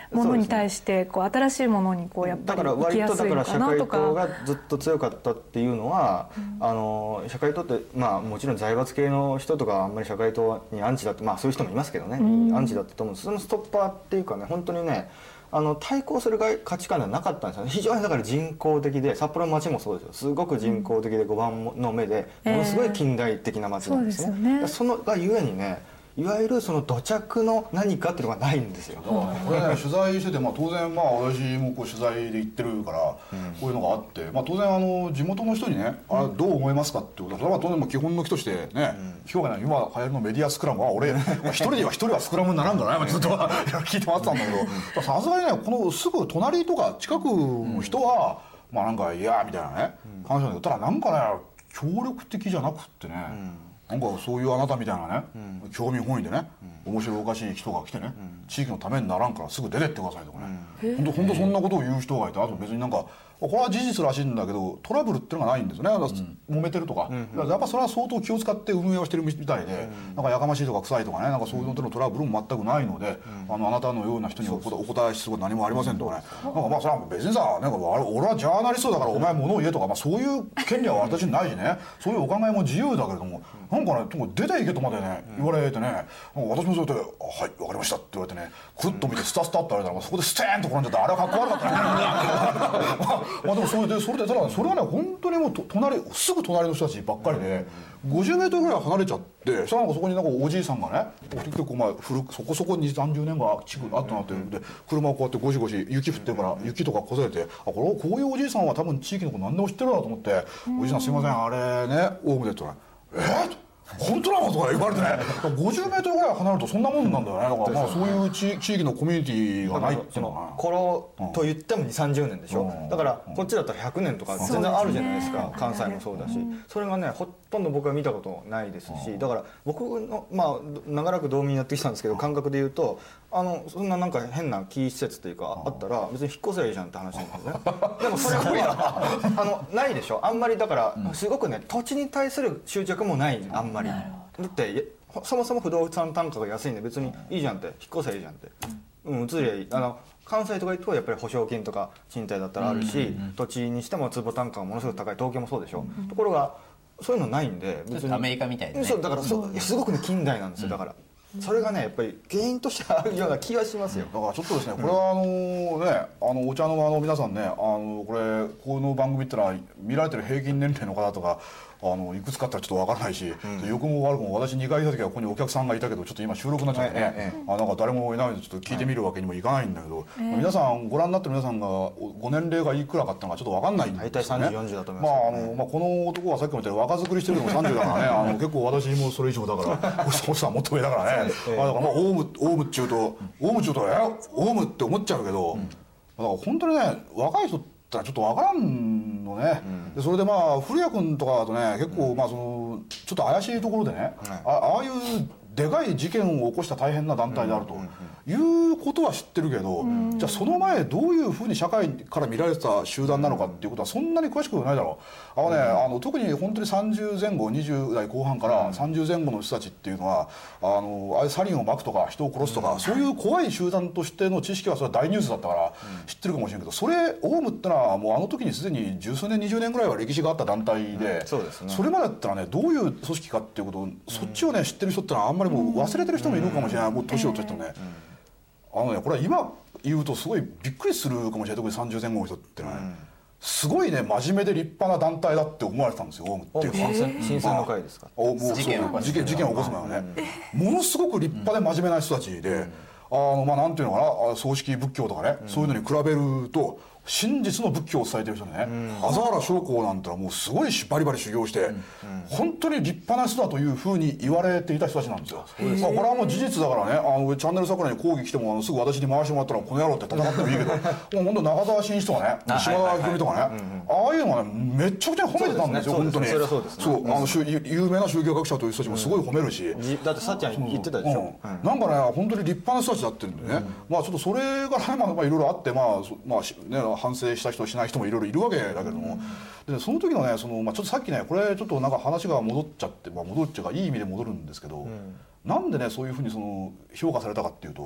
[SPEAKER 3] ものに対してこう新しいものにこうやっぱり生きやすいのかなとか。
[SPEAKER 2] だから割とだから社会党がずっと強かったっていうのは、社会党ってもちろん財閥系の人とかあんまり社会党にアンチだってそういう人もいますけどね、アンチだったと思うんです。そのストッパーっていうかね、本当にね対抗する価値観ではなかったんですよね。非常にだから人工的で、札幌の街もそうですよ。すごく人工的で5番の目でものすごい近代的な街なんですね。そのがゆえにね、いわゆるその土着の何かっていうのがないんですよ。
[SPEAKER 4] これね、取材してて、当然私もこう取材で行ってるから、こういうのがあって、当然地元の人にね、どう思いますかってことは、それは当然基本の木としてね、今日が今流行りのメディアスクラムは俺一人はスクラムにならんからね、ずっと聞いてもらってたんだけど、さすがにね、このすぐ隣とか近くの人はなんかいやみたいなね話なんだけど、ただなんかね協力的じゃなくってね、なんかそういうあなたみたいなね、興味本位でね、面白おかしい人が来てね、地域のためにならんからすぐ出てってくださいとかね、本当そんなことを言う人がいて、あと別になんかこれは事実らしいんだけどトラブルっていうのがないんですね。揉めてるとか、やっぱそれは相当気を使って運営をしてるみたいで、なんかやかましいとか臭いとかね、なんかそういうのとのトラブルも全くないので、あなたのような人にお答えすること何もありませんとかね、なんかそれは別にさ、なんか俺はジャーナリストだからお前物を言えとか、そういう権利は私にないしね、そういうお考えも自由だけれども、なんかね出ていけとまでね言われてね、私もそうやって「はい分かりました」って言われてね、くるっと見てスタスタって言われたら、そこでステーンと転んじゃって、あれはかっこ悪かったね。でもそれでただそれはね、本当にもうすぐ隣の人たちばっかりで、50メートルぐらい離れちゃって、そしたらなんかそこになんかおじいさんがね、結構そこそこ20、30年があったなっていうんで、車をこうやってゴシゴシ雪降ってるから雪とかこそれて、こういうおじいさんは多分地域のこと何でも知ってるなと思って「おじいさんすいません、あれねオウムで」って言ったら「本当なの?」とか言われてね、50メートルぐらい離れるとそんなもんなんだよね。だからそういう地域のコミュニティがないっていうのは、
[SPEAKER 2] 頃と言っても2、30年でしょ。だからこっちだったら100年とか全然あるじゃないですか。関西もそうだし、それがねほとんど僕は見たことないですし、だから僕の長らく道民やってきたんですけど、感覚で言うとそんななんか変なキー施設というかあったら別に引っ越せばいいじゃんって話なんですね。でもそれはないでしょあんまり。だからすごくね、土地に対する執着もないあんまり。だってそもそも不動産単価が安いんで別にいいじゃんって、引っ越せばいいじゃんって、移りゃいい。関西とか行くとやっぱり保証金とか賃貸だったらあるし、土地にしても坪単価がものすごく高い。東京もそうでしょ。ところがそういうのないんで、別に
[SPEAKER 5] アメリカみたいなね。
[SPEAKER 2] そうだからすごくね近代なんですよ。だからそれがねやっぱり原因としてあるような気がしますよ。
[SPEAKER 4] だからちょっとですね、これはお茶の皆さんね、この番組ってのは見られてる平均年齢の方とかいくつかってちょっとわからないし、良くも悪くも私2回いた時はここにお客さんがいたけど、ちょっと今収録になっちゃってね、なんか誰もいないのでちょっと聞いてみるわけにもいかないんだけど、皆さんご覧になってる皆さんがご年齢がいくらかってのがちょっとわかんないんですね。
[SPEAKER 2] 大体30、40だと思います。
[SPEAKER 4] この男はさっきも言ったように若作りしてるのも30だからね、結構私もそれ以上だから星さんもっと上だからね。だからオウムって言うとオウムって思っちゃうけど、だから本当にね若い人ってちょっとわからんのね。でそれで古谷君とかだとね、結構ちょっと怪しいところでね、ああいうでかい事件を起こした大変な団体であるということは知ってるけど、じゃあその前どういうふうに社会から見られてた集団なのかっていうことはそんなに詳しくないだろう。特に本当に30前後20代後半から30前後の人たちっていうのはあれサリンをまくとか人を殺すとか、そういう怖い集団としての知識はそれは大ニュースだったから知ってるかもしれんけど、それオウムってのはもう時にすでに十数年20年ぐらいは歴史があった団体で、それまでだったらねどういう組織かっていうことをそっちをね知ってる人ってのはあんまりもう忘れてる人もいるかもしれない。もう年を取ってもね、これは今言うとすごいびっくりするかもしれない。特に30前後の人ってのはね、すごいね真面目で立派な団体だって思われてたんですよ、オウムっていうのは。
[SPEAKER 2] 新鮮の会ですか。
[SPEAKER 5] 事件を
[SPEAKER 4] 起こす前はね、ものすごく立派で真面目な人たちで、なんていうのかな、葬式仏教とかね、そういうのに比べると真実の仏教を伝えてる人ね、麻原彰晃なんてのはもうすごいバリバリ修行して、本当に立派な人だというふうに言われていた人たちなんですよ。これはもう事実だからね、チャンネル桜に抗議来てもすぐ私に回してもらったらこの野郎って戦ってもいいけど、もう本当中澤真一とかね、島田秀美とかね、ああいうのはねめちゃくちゃ褒めてたんですよ。本当に
[SPEAKER 2] それはそうですね。
[SPEAKER 4] 有名な宗教学者という人たちもすごい褒めるし、
[SPEAKER 2] だってさっちゃん言ってたでしょ。
[SPEAKER 4] なんかね本当に立派な人たちだってるんでね、ちょっとそれがいろいろあって反省した人しない人もいろいろいるわけだけども、でその時のねちょっとさっきねこれちょっとなんか話が戻っちゃって、戻っちゃうかいい意味で戻るんですけど、なんでねそういうふうに評価されたかっていうと、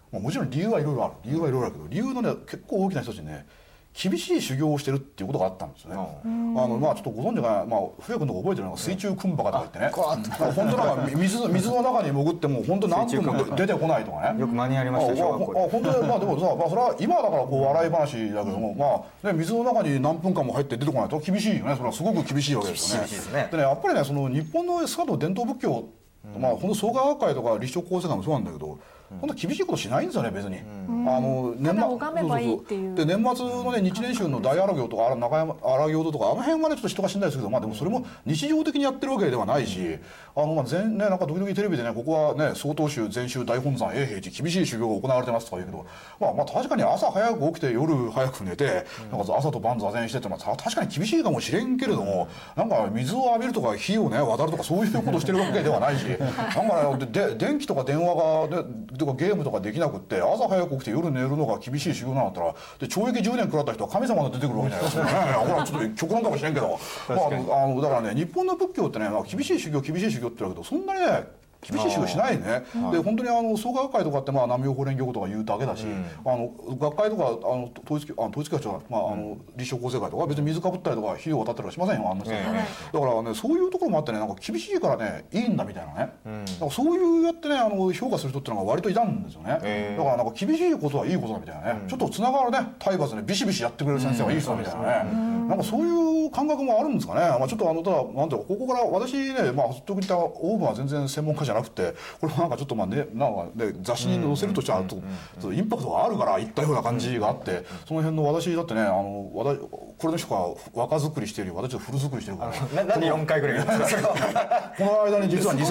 [SPEAKER 4] もちろん理由はいろいろあるけど、理由のね結構大きな一つにね、厳しい修行をしてるっていうことがあったんですよね。まあちょっとご存知かな、古谷君とか覚えてるのが水中クンバカとか言ってね、本当なんか水の中に潜っても本当何分も出てこないとかね。
[SPEAKER 2] よく間にありましたよ。
[SPEAKER 4] 本当にでもさ、それは今だから笑い話だけども、水の中に何分間も入って出てこないと厳しいよね。それはすごく厳しいわけですよね。でね、やっぱりね、その日本の少なくとも伝統仏教、ほんと創価学会とか立正高専会もそうなんだけど、ほんと厳しいことしないんですよね、別に。
[SPEAKER 3] ただ拝めばいいっていう。
[SPEAKER 4] で年末のね、日蓮宗の大荒行とか中山荒行とか、あの辺はねちょっと人が死んだりするけど、でもそれも日常的にやってるわけではないし、なんか時々テレビでね、ここはね曹洞宗禅宗大本山永平寺厳しい修行が行われてますとか言うけど、確かに朝早く起きて夜早く寝て、なんか朝と晩座禅してってのは確かに厳しいかもしれんけれども、なんか水を浴びるとか火をね渡るとかそういうことしてるわけではないし、なんかね電気とか電話がとかゲームとかできなくって、朝早く起きて夜寝るのが厳しい修行なんだったら、で懲役10年食らった人は神様が出てくるわけじゃないですかね。これはちょっと極論かもしれんけど、だからね、日本の仏教ってね、厳しい修行って言うけど、そんなにね厳しい修行しないね。で本当に創価学会とかって南無妙法蓮華経とか言うだけだし、学会とか統一会とか立正高専会とか別に水かぶったりとか火を渡ったりはしませんよ、あの人たちはね。だからね、そういうところもあってね、なんか厳しいからねいいんだみたいなね、そういうやってね評価する人ってのが割といたんですよね。だからなんか厳しいことはいいことだみたいなね、ちょっとつながるね体罰ねビシビシやってくれる先生はいい人だみたいなね、なんかそういう感覚もあるんですかね。ちょっとただなんていうか、ここから私ね、特に言ったオーブンは全然専門家じゃなくて、これなんかちょっとなんかね雑誌に載せるとしたらインパクトがあるから言ったような感じがあって、その辺の私だってね、これの人が若作りしてるよ、私は古作りしてるから
[SPEAKER 2] なんで4回ぐらい言うんですか。
[SPEAKER 4] この間に実は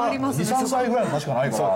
[SPEAKER 4] 23歳ぐらいの確かないから、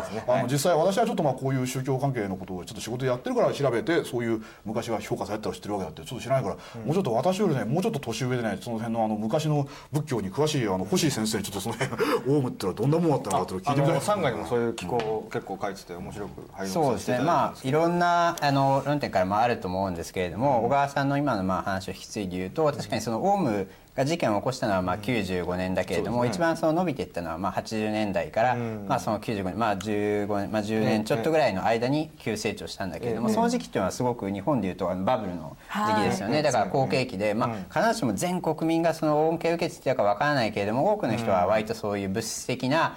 [SPEAKER 4] 実際私はちょっとこういう宗教関係のことをちょっと仕事でやってるから調べて、そういう昔は評価されたら知ってるわけだってちょっと知らないから、もうちょっと私よりねもうちょっと年上でね、その辺の昔の仏教に詳しい星井先生にちょっとその辺オウムってのはどんなもんだったのかって聞いてみたい。
[SPEAKER 2] サンガにもそういう機構を結構書いてて面白く配慮
[SPEAKER 5] そうですね。いろんな論点からあると思うんですけれども、小川さんの今の話を引き継いで言うと、確かにそのオウムが事件を起こしたのは95年だけれども、一番その伸びていったのは80年代からその95年、15年、10年ちょっとぐらいの間に急成長したんだけれども、その時期っていうのはすごく日本でいうとバブルの時期ですよね。だから好景気で、必ずしも全国民がその恩恵を受けていたかわからないけれども、多くの人は割とそういう物質的な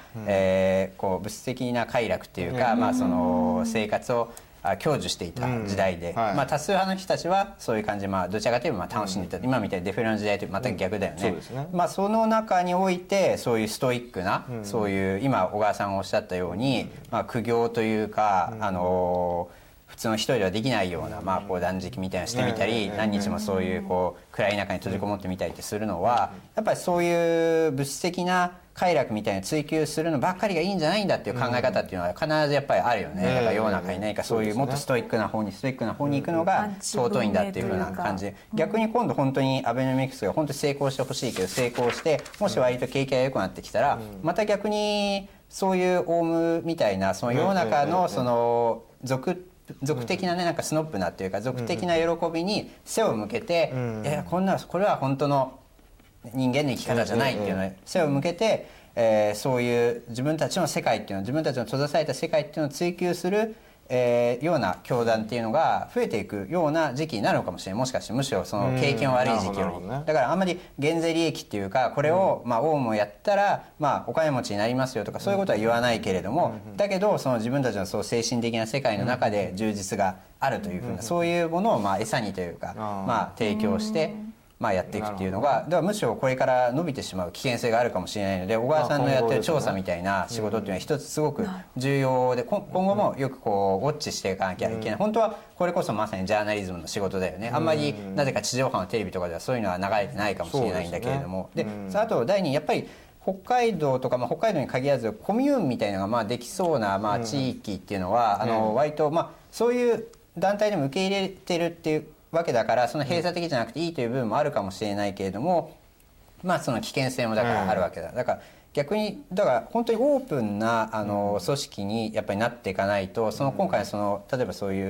[SPEAKER 5] 快楽っていうか、その生活を享受していた時代で、多数派の人たちはそういう感じで、どちらかというと楽しんでいた、今みたいにデフレの時代と全く逆だよね。その中においてそういうストイックな、そういう今小川さんがおっしゃったように、苦行というか普通の一人ではできないような断食みたいなのしてみたり、何日もそういう暗い中に閉じこもってみたりってするのは、やっぱりそういう物質的な快楽みたいな追求するのばっかりがいいんじゃないんだっていう考え方っていうのは必ずやっぱりあるよね。だから世の中に何かそういうもっとストイックな方に行くのが尊いんだっていうふうな感じで、逆に今度本当にアベノミクスが本当に成功してほしいけど、成功してもし割と景気が良くなってきたら、また逆にそういうオウムみたいなその世の中のその俗的なね、なんかスノップなっていうか俗的な喜びに背を向けて、これは本当の人間の生き方じゃないっていうので背を向けて、そういう自分たちの世界っていうの、自分たちの閉ざされた世界っていうのを追求するような教団っていうのが増えていくような時期になるのかもしれない。もしかしてむしろその景気の悪い時期より、だからあんまり減税利益っていうか、これをオウムをやったらお金持ちになりますよとかそういうことは言わないけれども、だけどその自分たちのそう精神的な世界の中で充実があるというふうな、そういうものを餌にというか提供してやっていくっていうのが、だからむしろこれから伸びてしまう危険性があるかもしれないので、小川さんのやってる調査みたいな仕事っていうのは一つすごく重要で、今後もよくウォッチしていかなきゃいけない。本当はこれこそまさにジャーナリズムの仕事だよね。あんまりなぜか地上波のテレビとかではそういうのは流れてないかもしれないんだけれども、であと第二やっぱり北海道とか、北海道に限らずコミューンみたいなのができそうな地域っていうのは割とそういう団体でも受け入れてるっていうわけだから、その閉鎖的じゃなくていいという部分もあるかもしれないけれども、その危険性もだからあるわけだ。だから逆に本当にオープンな組織にやっぱりなっていかないと、その今回例えばそういう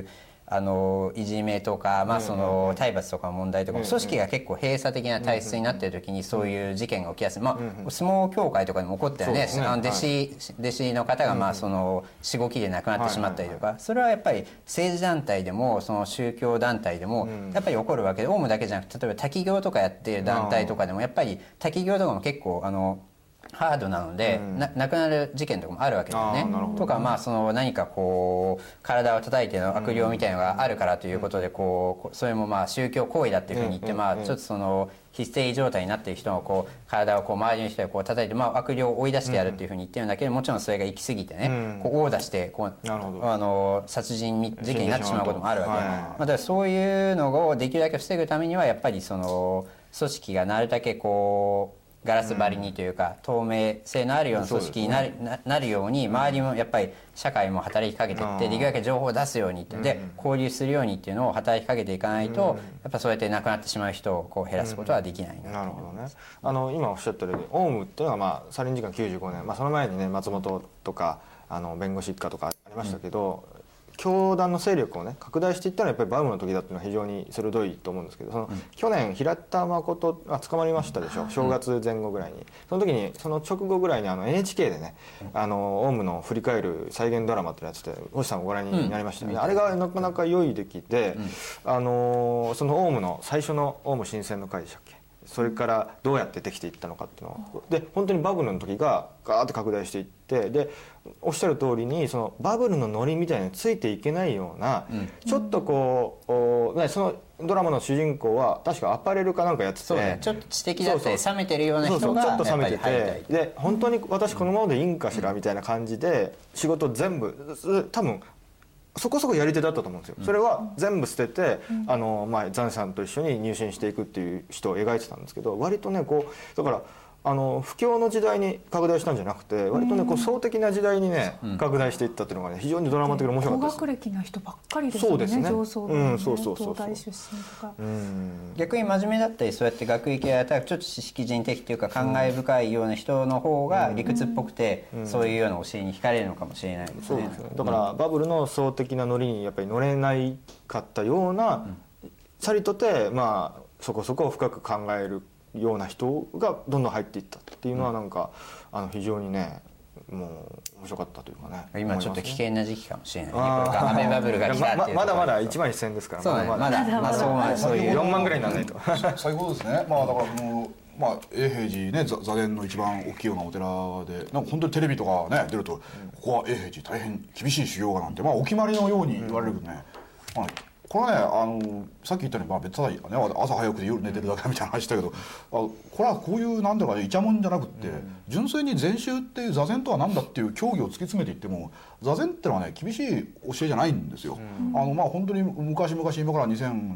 [SPEAKER 5] いじめとか、その体罰とかの問題とかも組織が結構閉鎖的な体質になっている時にそういう事件が起きやすい、相撲協会とかでも起こったよね。弟子の方がそのしごきで亡くなってしまったりとか、それはやっぱり政治団体でもその宗教団体でもやっぱり起こるわけで、オウムだけじゃなくて例えば滝行とかやっている団体とかでもやっぱり滝行とかも結構ハードなので、亡くなる事件とかもあるわけだよね。とかその何かこう体を叩いての悪霊みたいなのがあるからということでそれも宗教行為だっていうふうに言ってちょっとそのヒステリー状態になっている人の体を周りの人で叩いて悪霊を追い出してやるっていうふうに言ってるんだけど、もちろんそれが行き過ぎてね殴打して殺人事件になってしまうこともあるわけ。だからそういうのをできるだけ防ぐためにはやっぱりその組織がなるだけガラス張りにというか透明性のあるような組織になるように、周りもやっぱり社会も働きかけていって、できるだけ情報を出すようにで交流するようにっていうのを働きかけていかないと、やっぱそうやって亡くなってしまう人を減らすことはできない
[SPEAKER 2] なるほどね。今おっしゃったようにオウムっていうのはサリン事件95年、その前にね松本とか弁護士一家とかありましたけど、教団の勢力をね拡大していったのはやっぱりバブルの時だっていうのは非常に鋭いと思うんですけど、去年平田誠捕まりましたでしょ、正月前後ぐらいに。その時にその直後ぐらいにNHK でねオウムの振り返る再現ドラマってやつで星さんご覧になりましたよね。あれがなかなか良い出来で、そのオウムの最初のオウム新選の会でしたっけ、それからどうやってできていったのかっていうので、本当にバブルの時がガーッと拡大していって、でおっしゃる通りにそのバブルのノリみたいについていけないような、ちょっとそのドラマの主人公は確かアパレルかなんかやってて、
[SPEAKER 5] ちょっと知的だったり冷めてるような人が
[SPEAKER 2] ちょっと冷めてて、で本当に私このままでいいんかしらみたいな感じで仕事全部多分そこそこやり手だったと思うんですよ。それは全部捨ててザンさんと一緒に入信していくっていう人を描いてたんですけど、割とねだから不況の時代に拡大したんじゃなくて、割とね総的な時代にね拡大していったっていうのがね非常にドラマ的に面白かったです。
[SPEAKER 3] 高学歴な人ばっかりですよね。上層の東大出身とか。
[SPEAKER 5] 逆に真面目だったりそうやって学歴やちょっと知識人的というか感慨深いような人の方が理屈っぽくて、そういうような教えに惹かれるのかもしれないですね。
[SPEAKER 2] そうですね。だからバブルの総的なノリにやっぱり乗れないかったような、さりとてそこそこ深く考えるような人がどんどん入っていったっていうのはなんか非常にねもう面白かったというかね。
[SPEAKER 5] 今ちょっと危険な時期かもしれないね。アメバブルが来たっていう。
[SPEAKER 2] まだまだ1万1000ですから。
[SPEAKER 5] まだそういう
[SPEAKER 2] 4万ぐらいにならないと。
[SPEAKER 4] 最後ですね。だから永平寺ね座禅の一番大きいようなお寺でなんか本当にテレビとかね出ると、ここは永平寺大変厳しい修行がなんてお決まりのように言われるけどね。これはねさっき言ったように別に朝早くて夜寝てるだけみたいな話だけど、これはこういうなんだかイチャモンじゃなくって、純粋に禅宗っていう座禅とは何だっていう教義を突き詰めていっても、座禅ってのはね厳しい教えじゃないんですよ。本当に昔今から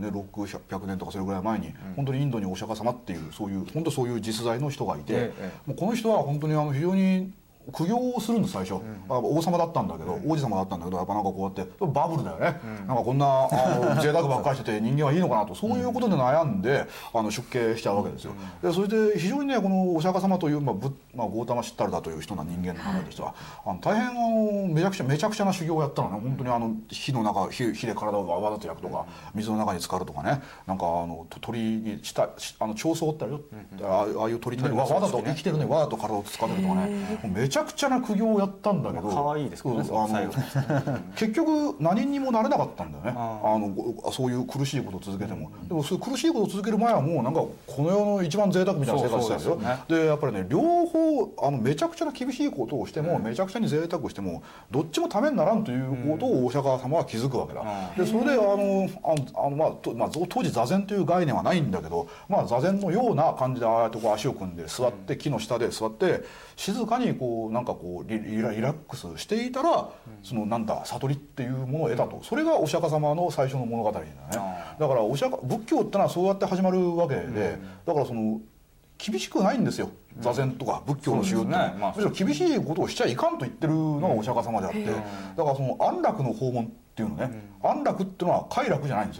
[SPEAKER 4] 2600年とかそれぐらい前に本当にインドにお釈迦様っていう本当そういう実在の人がいて、もうこの人は本当に非常に苦行をするんです最初。王様だったんだけど、王子様だったんだけど、やっぱなんかこうやってバブルだよね。なんかこんな贅沢ばっかりしてて人間はいいのかなと、そういうことで悩んで出家しちゃうわけですよ。でそれで非常にねこのお釈迦様というゴータマ・シッタルダという人な人間の中でしては大変めちゃくちゃな修行をやったのね。本当に火の中火で体を泡立て焼くとか、水の中に浸かるとかね、なんか鳥に彫層ってあるよ、ああいう鳥にわざと生きてるねわざと体をつかめるとかね、めちゃくちゃな苦行をやったんだけど、
[SPEAKER 2] 可愛いですけどね
[SPEAKER 4] 結局何にもなれなかったんだよね。そういう苦しいことを続けても。でもそういう苦しいことを続ける前はもうなんかこの世の一番贅沢みたいな生活してたんですよ。でやっぱりね両方めちゃくちゃな厳しいことをしても、めちゃくちゃに贅沢をしてもどっちもためにならんということをお釈迦様は気づくわけだ。でそれで当時座禅という概念はないんだけど、座禅のような感じでああやって足を組んで座って木の下で座って静かになんかリラックスしていたら、悟りっていうものを得たと。それがお釈迦様の最初の物語だよね。だから仏教ってのはそうやって始まるわけで、だから厳しくないんですよ座禅とか仏教の修行って。むしろ厳しいことをしちゃいかんと言ってるのがお釈迦様であって、だから安楽の訪問っていうのね、安楽っていうのは快楽じゃないんですよ。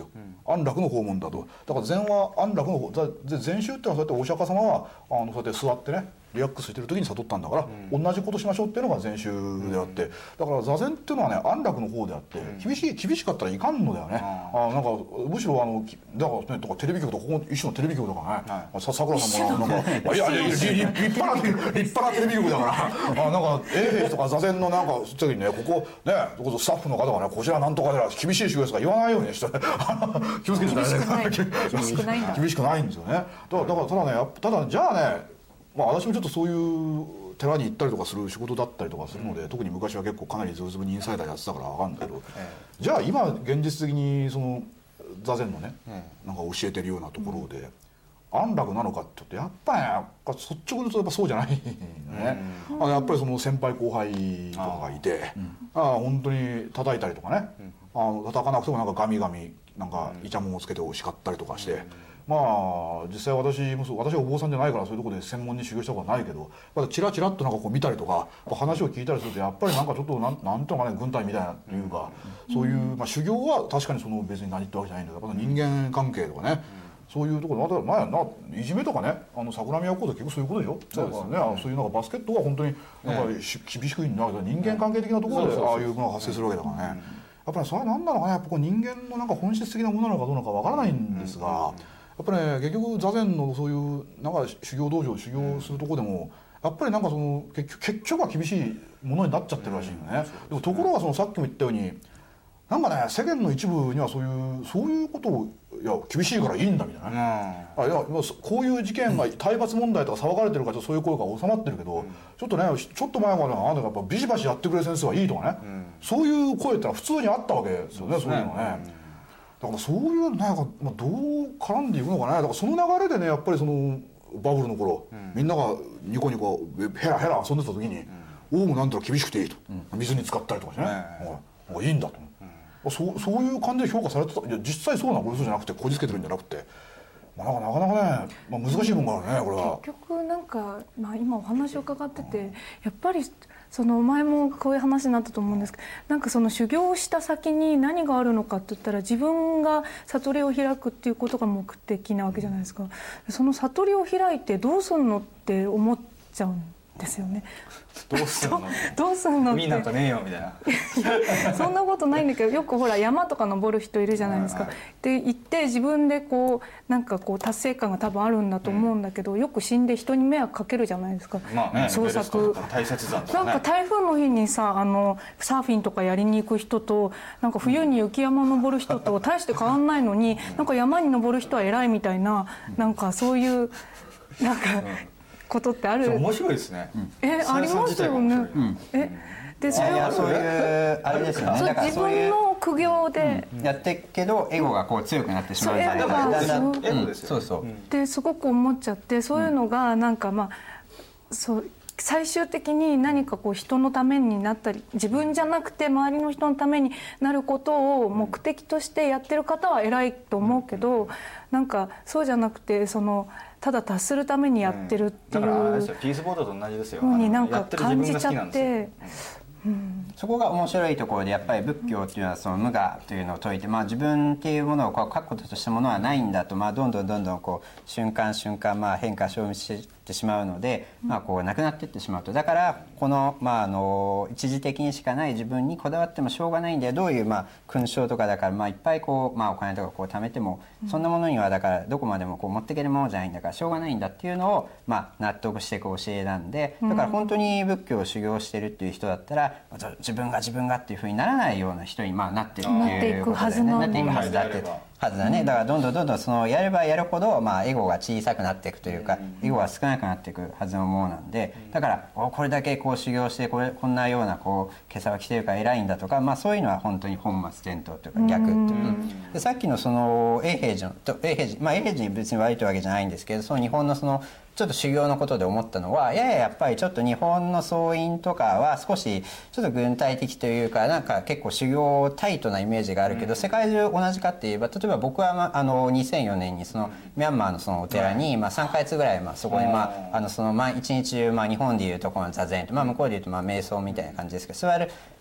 [SPEAKER 4] 安楽の訪問だと。だから禅は安楽の禅宗っていうのはそうやってお釈迦様はそうやって座ってねリラックスしてる時に悟ったんだから、同じことしましょうっていうのが禅宗であって、だから座禅っていうのはね安楽の方であって、厳しかったらいかんのだよね。なんかむしろだからねとかテレビ局とかここ一種のテレビ局とかね、さくらさんもなんかいや立派なテレビ局だからなんか永平とか座禅のなんか時にねここねスタッフの方がねこちらなんとかで厳しい修行ですから言わないようにして気をつけてください。厳しくないんですよね。だからただじゃあね。私もちょっとそういう寺に行ったりとかする仕事だったりとかするので、特に昔は結構かなりズブズブにインサイダーやってたから分かるんだけど、じゃあ今現実的にその座禅のね、なんか教えてるようなところで、安楽なのかって言うとやっぱり率直に言うとやっぱそうじゃないね。やっぱりその先輩後輩とかがいて、本当に叩いたりとかね、叩かなくてもなんかガミガミなんかイチャモンをつけて叱ったりとかして。実際私はお坊さんじゃないからそういうところで専門に修行したことはないけど、チラチラっとなんかこう見たりとか話を聞いたりするとやっぱりなんかちょっとなんていうのかね軍隊みたいなというか、そういう修行は確かにその別に何ってわけじゃないんだけど、人間関係とかね、そういうところでまたいじめとかね桜宮講座結局そういうことでしょ。そうですね。そういうなんかバスケットは本当になんか厳しくいいんだけど、人間関係的なところでああいうものが発生するわけだからね。やっぱりそれは何なのかね、やっぱ人間のなんか本質的なものなのかどうなのかわからないんですが。やっぱりね結局座禅のそういうなんか修行道場修行するとこでもやっぱりなんかその結局は厳しいものになっちゃってるらしいよね。でもところがそのさっきも言ったようになんかね世間の一部にはそういうことをいや厳しいからいいんだみたいな、いやこういう事件が体罰問題とか騒がれてるからそういう声が収まってるけど、ちょっと前まではやっぱビシバシやってくれる先生はいいとかね、そういう声ってのは普通にあったわけですよね。そういうのね。だからそういうなんかどう絡んでいくのかね。だからその流れでねやっぱりそのバブルの頃、みんながニコニコヘラヘラ遊んでた時にオウムなんだら厳しくていいと、水に浸かったりとかしてね、いいんだと、そういう感じで評価されてた。いや実際そうなこれそうじゃなくてこじつけてるんじゃなくて、なかなかね、難しいもんがあるねこれは。
[SPEAKER 3] 結局なんか、今お話を伺っててやっぱりその前もこういう話になったと思うんですけど、なんかその修行をした先に何があるのかって言ったら自分が悟りを開くっていうことが目的なわけじゃないですか。その悟りを開いてどうすんのって思っちゃうんですよね。
[SPEAKER 2] どうすんの
[SPEAKER 3] って
[SPEAKER 2] 海なんかねえよみたいな。
[SPEAKER 3] そんなことないんだけど、よくほら山とか登る人いるじゃないですか。で行って自分でこうなんかこう達成感が多分あるんだと思うんだけど、よく死んで人に迷惑かけるじゃないですか。創作
[SPEAKER 2] 大切だとかね。
[SPEAKER 3] なんか台風の日にさサーフィンとかやりに行く人となんか冬に雪山登る人と大して変わんないのに、なんか山に登る人は偉いみたいな、なんかそういうなんかことってある。
[SPEAKER 2] 面白いですね。
[SPEAKER 3] ありますよね。でそれは
[SPEAKER 5] そういうあれですよね。だから
[SPEAKER 3] 自分の苦行で
[SPEAKER 5] やってるけどエゴがこう強くなってしまうんじゃないか。
[SPEAKER 2] エゴですよ。そう
[SPEAKER 3] ですごく思っちゃって、そういうのがなんか最終的に何かこう人のためになったり、自分じゃなくて周りの人のためになることを目的としてやってる方は偉いと思うけど、なんかそうじゃなくてただ達するためにやってるっていう、
[SPEAKER 2] だからあれですよ、ピースボードと同じですよ。
[SPEAKER 3] になんか感じちゃって、
[SPEAKER 5] そこが面白いところで、やっぱり仏教っていうのはその無我というのを説いて、自分っていうものを確固としたものはないんだと、どんどんこう瞬間変化消滅してしまうので、こうなくなっていってしまうと。だからこの一時的にしかない自分にこだわってもしょうがないんだよ。どういう勲章とかだからいっぱいこうお金とかこう貯めてもそんなものにはだからどこまでもこう持っていけるものじゃないんだからしょうがないんだっていうのを納得していく教えなんで、だから本当に仏教を修行してるっていう人だったら自分がっていうふうにならないような人になってるっていうことでね、なっていくはずだってはずだね。だからどんどんそのやればやるほどエゴが小さくなっていくというか、エゴが少なくなっていくはずのものなんで、だからこれだけこう修行してこんなようなこう今朝は来てるから偉いんだとか、そういうのは本当に本末転倒というか逆というで、さっきのその永平寺に別に悪いというわけじゃないんですけど、その日本のそのちょっと修行のことで思ったのは、やっぱりちょっと日本の僧院とかは少しちょっと軍隊的というか、なんか結構修行タイトなイメージがあるけど、世界中同じかって言えば、例えば僕は2004年にそのミャンマーのそのお寺に3ヶ月ぐらいそこにその一日中日本でいうところの座禅と向こうでいうと瞑想みたいな感じですけど座るっ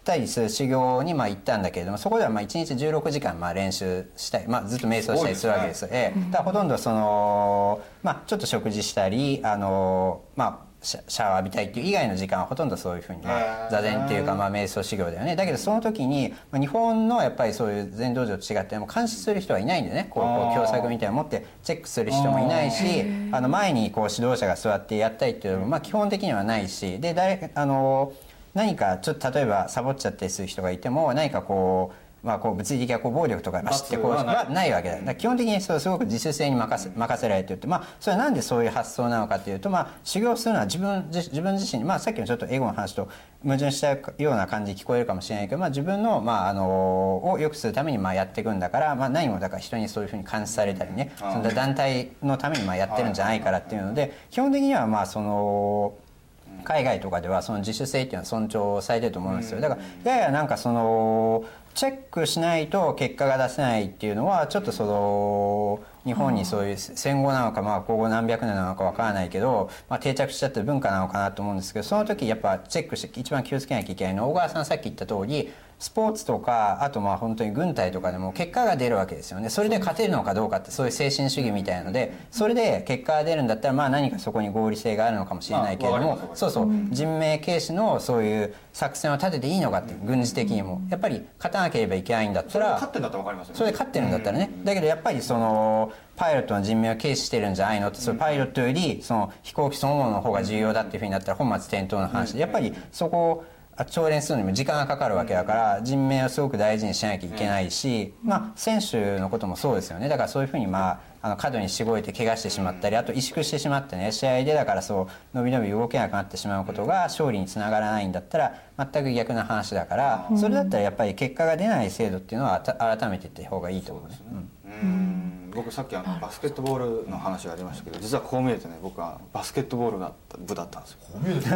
[SPEAKER 5] たりする修行に行ったんだけれども、そこでは1日16時間練習したり、ずっと瞑想したりするわけです。だからほとんどその、ちょっと食事したりシャワー浴びたいっていう以外の時間はほとんどそういうふうに座禅っていうか瞑想修行だよね。だけどその時に日本のやっぱりそういう禅道場と違って監視する人はいないんでね、こう教作みたいなの持ってチェックする人もいないし、前にこう指導者が座ってやったりっていうのも基本的にはないし、で何かちょっと例えばサボっちゃったりする人がいても何かこう物理的な暴力とかバシッてないわけだ。だから基本的にすごく自主性に任せられてるって、それはなんでそういう発想なのかっていうと、修行するのは自分自身に、さっきのちょっとエゴの話と矛盾したような感じに聞こえるかもしれないけど、自分のを良くするためにやっていくんだから、何もだから人にそういうふうに監視されたりね、その団体のためにやってるんじゃないからっていうので、基本的にはその海外とかではその自主性っていうのは尊重されてると思うんですよ。だからややなんかそのチェックしないと結果が出せないっていうのはちょっとその日本にそういう戦後なのか今後何百年なのかわからないけど、定着しちゃってる文化なのかなと思うんですけど、その時やっぱチェックして一番気をつけなきゃいけないのは、小川さんさっき言った通りスポーツとかあと本当に軍隊とかでも結果が出るわけですよね。それで勝てるのかどうかってそういう精神主義みたいなので、それで結果が出るんだったら何かそこに合理性があるのかもしれないけれども、人命軽視のそういう作戦を立てていいのかって、軍事的にもやっぱり勝たなければいけないんだったら、
[SPEAKER 2] 勝ってんだったら分かりますよね。
[SPEAKER 5] それで勝ってるんだったらね。だけどやっぱりそのパイロットの人命を軽視してるんじゃないのって、そのパイロットよりその飛行機そのものの方が重要だっていうふうになったら本末転倒の話で、やっぱりそこを調練するのにも時間がかかるわけだから、人命をすごく大事にしなきゃいけないし、選手のこともそうですよね。だからそういうふうに過度にしごいて怪我してしまったり、あと萎縮してしまってね、試合でだから伸び伸び動けなくなってしまうことが勝利につながらないんだったら全く逆な話だから、それだったらやっぱり結果が出ない制度っていうのは改めていった方がいいと思うね。
[SPEAKER 2] 僕さっきバスケットボールの話がありましたけど、実はこう見えてね、僕はバスケットボールが部だったんですよ。
[SPEAKER 5] こう見えて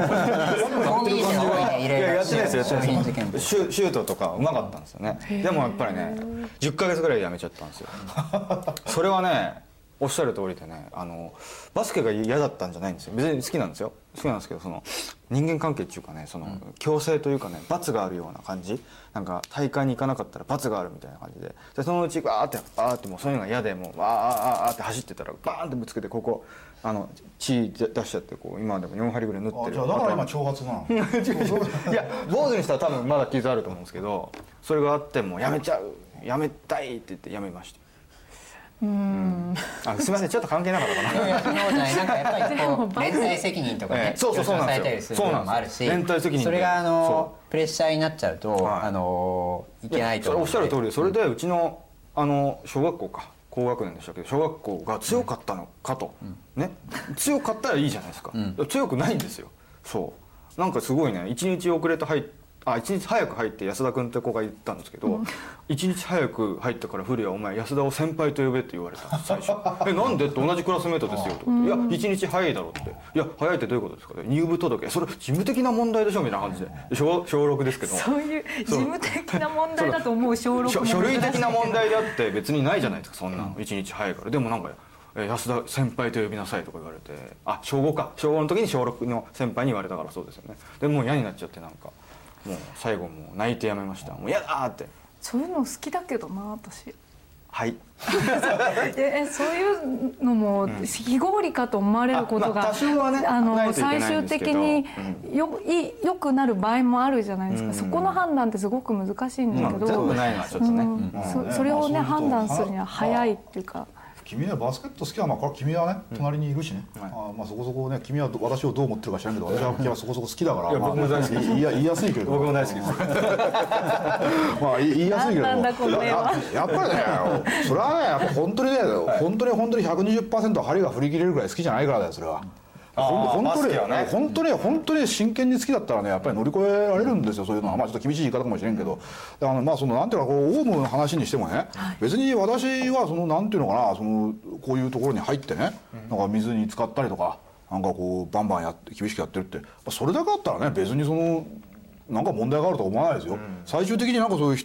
[SPEAKER 5] やってないですよ。シ
[SPEAKER 2] ュートとかうまかったんですよね。でもやっぱりね10ヶ月ぐらいでやめちゃったんですよ。それはねおっしゃる通りでね、バスケが嫌だったんじゃないんですよ。別に好きなんですよ。好きなんですけど、その人間関係っていうかね、その強制というかね、罰があるような感じ、なんか大会に行かなかったら罰があるみたいな感じで、そのうちバーってもうそういうのが嫌で、もうバーって走ってたらバーンってぶつけて、ここ血出しちゃって、こう今でも4針ぐらい縫ってる。
[SPEAKER 4] じゃあだから今長髪なの。
[SPEAKER 2] いや坊主にしたら多分まだ傷あると思うんですけど、それがあってもうやめたいって言ってやめました。すみません、ちょっと関係なかったかな。
[SPEAKER 5] いやそんなことない。なんかやっぱりこう連帯責任とかね、
[SPEAKER 2] そうなんですよ。
[SPEAKER 5] されたりするのもあるし、
[SPEAKER 2] 連帯責任。
[SPEAKER 5] それがプレッシャーになっちゃうといけないと思う。
[SPEAKER 2] おっしゃる通りで、それでうちの小学校か高学年でしたけど、小学校が強かったのかとね、強かったらいいじゃないですか。強くないんですよ。そうなんかすごいね、1日遅れて1日早く入って安田君って子が言ったんですけど、1日早く入ったから古谷お前安田を先輩と呼べって言われた最初。なんでって、同じクラスメートですよと。いや1日早いだろって。いや早いってどういうことですか。入部届、それ事務的な問題でしょみたいな感じで、小6ですけど、
[SPEAKER 3] そういう事務的な問題だと思う小6も
[SPEAKER 2] 書類的な問題であって別にないじゃないですか、そんなの。1日早いから。でもなんか安田先輩と呼びなさいとか言われて、小5の時に小6の先輩に言われたからそうですよね。でもう嫌になっちゃって、なんかもう最後もう泣いてやめました。もう嫌だって。
[SPEAKER 3] そういうの好きだけどな、私。
[SPEAKER 2] はい
[SPEAKER 3] そういうのも非合理かと思われることが、最終的に良くなる場合もあるじゃないですか。そこの判断ってすごく難しいんだけど、
[SPEAKER 2] 全部ないのはちょっとね、
[SPEAKER 3] それをね判断するには早いっていうか。
[SPEAKER 4] 君はバスケット好きなのは、君はね隣にいるしね、そこそこね、君は私をどう思ってるか知らんけど、私は君はそこそこ好きだから、
[SPEAKER 2] 僕も大好き。
[SPEAKER 4] 言いやすいけど、
[SPEAKER 2] 僕も大好きです。
[SPEAKER 4] 言いやすいけど、
[SPEAKER 3] なんだこの絵は。
[SPEAKER 4] やっぱりね、それはね、やっぱ本当に120% 針が振り切れるぐらい好きじゃないからだよ、それは。本当に真剣に好きだったらね、やっぱり乗り越えられるんですよ、そういうのは。ちょっと厳しい言い方かもしれんけど、なんていうか、オウムの話にしてもね、別に私はなんていうのかな、こういうところに入ってね、なんか水に浸かったりとか、なんかこうバンバン厳しくやってるって、それだけだったらね、別になんか問題があるとは思わないですよ。最終的になんかそういう人を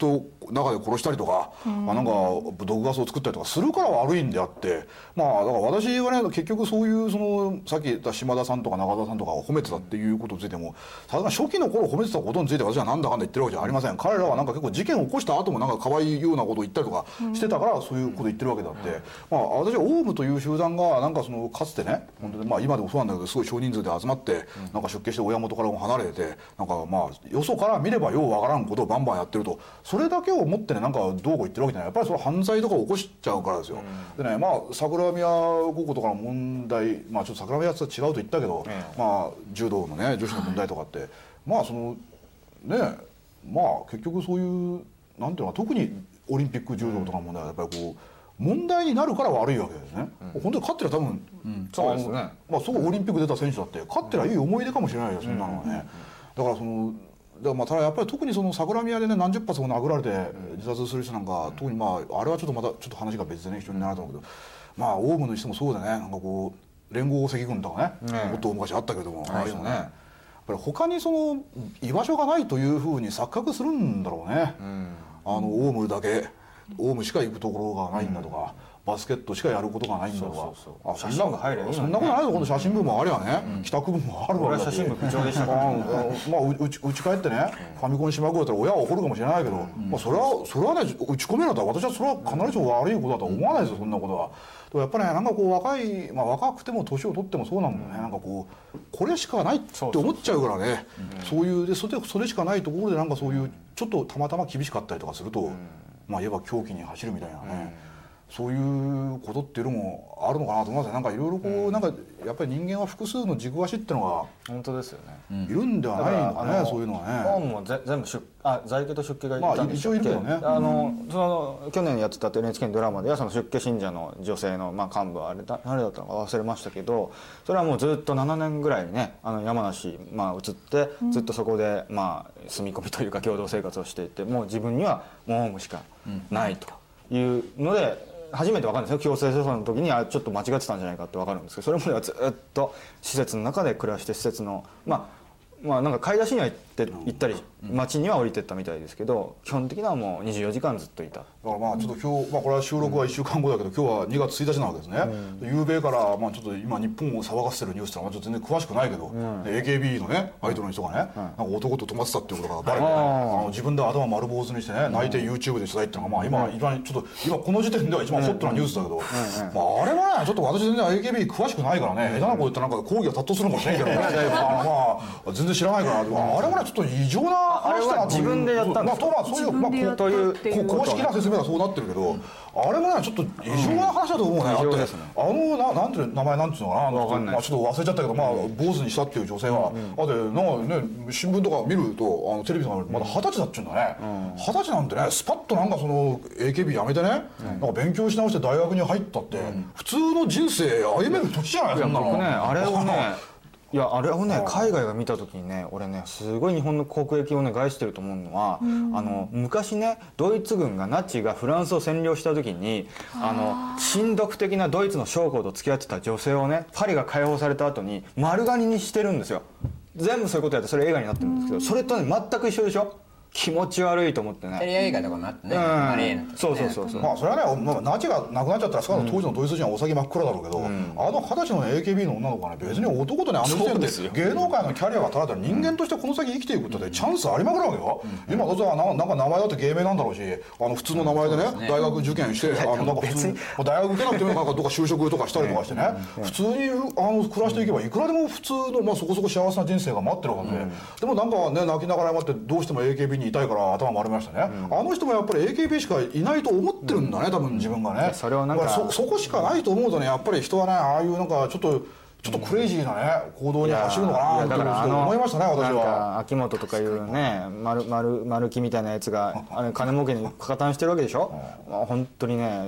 [SPEAKER 4] 中で殺したりとか、なんか毒ガスを作ったりとかするから悪いんであって、まあだから私はね結局そういうそのさっき言った島田さんとか中田さんとかを褒めてたっていうことについても、ただ初期の頃褒めてたことについて私はなんだかんだ言ってるわけじゃありません。彼らはなんか結構事件を起こした後もなんか可愛いようなことを言ったりとかしてたからそういうことを言ってるわけであって、まあ私はオウムという集団がなんかそのかつてね本当にまあ今でもそうなんだけどすごい少人数で集まってなんか出家して親元からも離れてなんかまあよそから見ればようわからんことをバンバンやってると、それだけを持ってねなんかどうこう言ってるわけじゃない。やっぱりそれは犯罪とかを起こしちゃうからですよ。でねまあ桜宮高校とかの問題、まあちょっと桜宮とは違うと言ったけど、まあ柔道のね女子の問題とかって、まあそのねまあ結局そういうなんていうのか特にオリンピック柔道とかの問題はやっぱりこう問題になるから悪いわけですね。本当に勝ってりゃ多分、そうですね。まあそこオリンピック出た選手だって勝ってりゃいい思い出かもしれないよそんなのはね。だからそのまあただやっぱり特にその桜宮でね何十発も殴られて自殺する人なんか特にまああれはちょっとまたちょっと話が別でね一緒になると思うけど、まあオウムの人もそうでねなんかこう連合赤軍とかねもっと昔あったけどもああいうのねやっぱり他にその居場所がないというふうに錯覚するんだろうね。オウムだけオウムしか行くところがないんだとか、バスケットしかやることがないんだとか、
[SPEAKER 2] 写真部入ればいい
[SPEAKER 4] そんなことないぞ。今度写真部もあればね、帰宅部もあるわけだし、
[SPEAKER 2] 写真部部長でしたから
[SPEAKER 4] まあうち帰ってねファミコンしまくるったら親は怒るかもしれないけど、まあそれはね打ち込めるんだったら私はそれは必ずしも悪いことだとは思わないですよそんなことは。でもやっぱりねなんかこう若くても年を取ってもそうなんだよね。なんかこうこれしかないって思っちゃうからね。そういうでそれしかないところでなんかそういうちょっとたまたま厳しかったりとかすると、まあ言えば狂気に走るみたいなね、そういうことっていうのもあるのかなと思いますね。なんかいろいろこうなんかやっぱり人間は複数の軸足っていうのが
[SPEAKER 2] 本当ですよね。
[SPEAKER 4] いるんではないのかね、そういうのはね。
[SPEAKER 2] オウムも全部在家と出家がいたんで
[SPEAKER 4] 一応いるけどね。
[SPEAKER 2] その去年やってた NHK のドラマではその出家信者の女性のまあ幹部は誰だったのか忘れましたけど、それはもうずっと7年ぐらいね山梨まあ移ってずっとそこでまあ住み込みというか共同生活をしていて、もう自分にはもうオウムしかないというので。初めて分かるんですよ。強制捜査の時にちょっと間違ってたんじゃないかって分かるんですけど、それまではずっと施設の中で暮らして施設のまあなんか買い出しには行ったり街には降りてったみたいですけど、基本的にはもう24時間ずっといた。
[SPEAKER 4] だからまあちょっと今日、まあこれは収録は1週間後だけど今日は2月1日なわけですね。夕べからまあちょっと今日本を騒がせてるニュースってのはちょっと全然詳しくないけど、AKB のねアイドルの人がねなんか男と泊まってたっていうことがバレてね、自分で頭丸坊主にしてね泣いて YouTube で取材っていうのがまあ今この時点では一番ホットなニュースだけど、まああれはねちょっと私全然 AKB 詳しくないからね、下手なこと言ったらなんか抗議が殺到するのかもしれないけど、まあ全然知らないから、あれはねちょっと異常な話だなと。
[SPEAKER 2] 自分でやったんですか。
[SPEAKER 4] そういう公式な説明はそうなってるけど、あれもねちょっと異常な話だと思うね。なんていう名前なんていうのかな、ちょっと忘れちゃったけど、まあ坊主にしたっていう女性はなんかね新聞とか見るとテレビとかまだ20歳だっちゅうんだね。20歳なんてねスパッとなんかその AKB やめてねなんか勉強し直して大学に入ったって普通の人生歩める年じゃないそんなの。
[SPEAKER 2] 僕ねあれをね海外が見た時にね俺ねすごい日本の国益をね害してると思うのは、昔ねドイツ軍がナチがフランスを占領した時に親独的なドイツの将校と付き合ってた女性をねパリが解放された後に丸刈りにしてるんですよ。全部そういうことやってそれ映画になってるんですけど、それとね全く一緒でしょ。気持ち悪いと思ってね。
[SPEAKER 5] イタリア映画とかもあってね、マレーナとかね。
[SPEAKER 2] そう。
[SPEAKER 4] まあそれはね、ナチがなくなっちゃったら当時のドイツ人はお酒真っ暗だろうけど、20歳の AKB の女の子はね別に男とね時点で芸能界のキャリアがただ人間としてこの先生きていくってチャンスありまくるわけよ。今だとなんか名前だって芸名なんだろうし、普通の名前でね大学受験してなんか普通に大学受けなくてもなんかどっか就職とかしたりとかしてね、普通に暮らしていけばいくらでも普通のまあそこそこ幸せな人生が待ってるわけで、でもなんかね泣きながら待ってどうしても AKB にいたいから頭丸めましたね。あの人もやっぱり AKB しかいないと思ってるんだね多分自分がね。
[SPEAKER 2] それをなんか
[SPEAKER 4] そこしかないと思うとねやっぱり人はねああいうなんかちょっとクレイジーなね行動に走るのかなと思いましたね私は。
[SPEAKER 2] なんか秋元とかいうね丸木みたいなやつが金儲けに加担してるわけでしょ。本当にね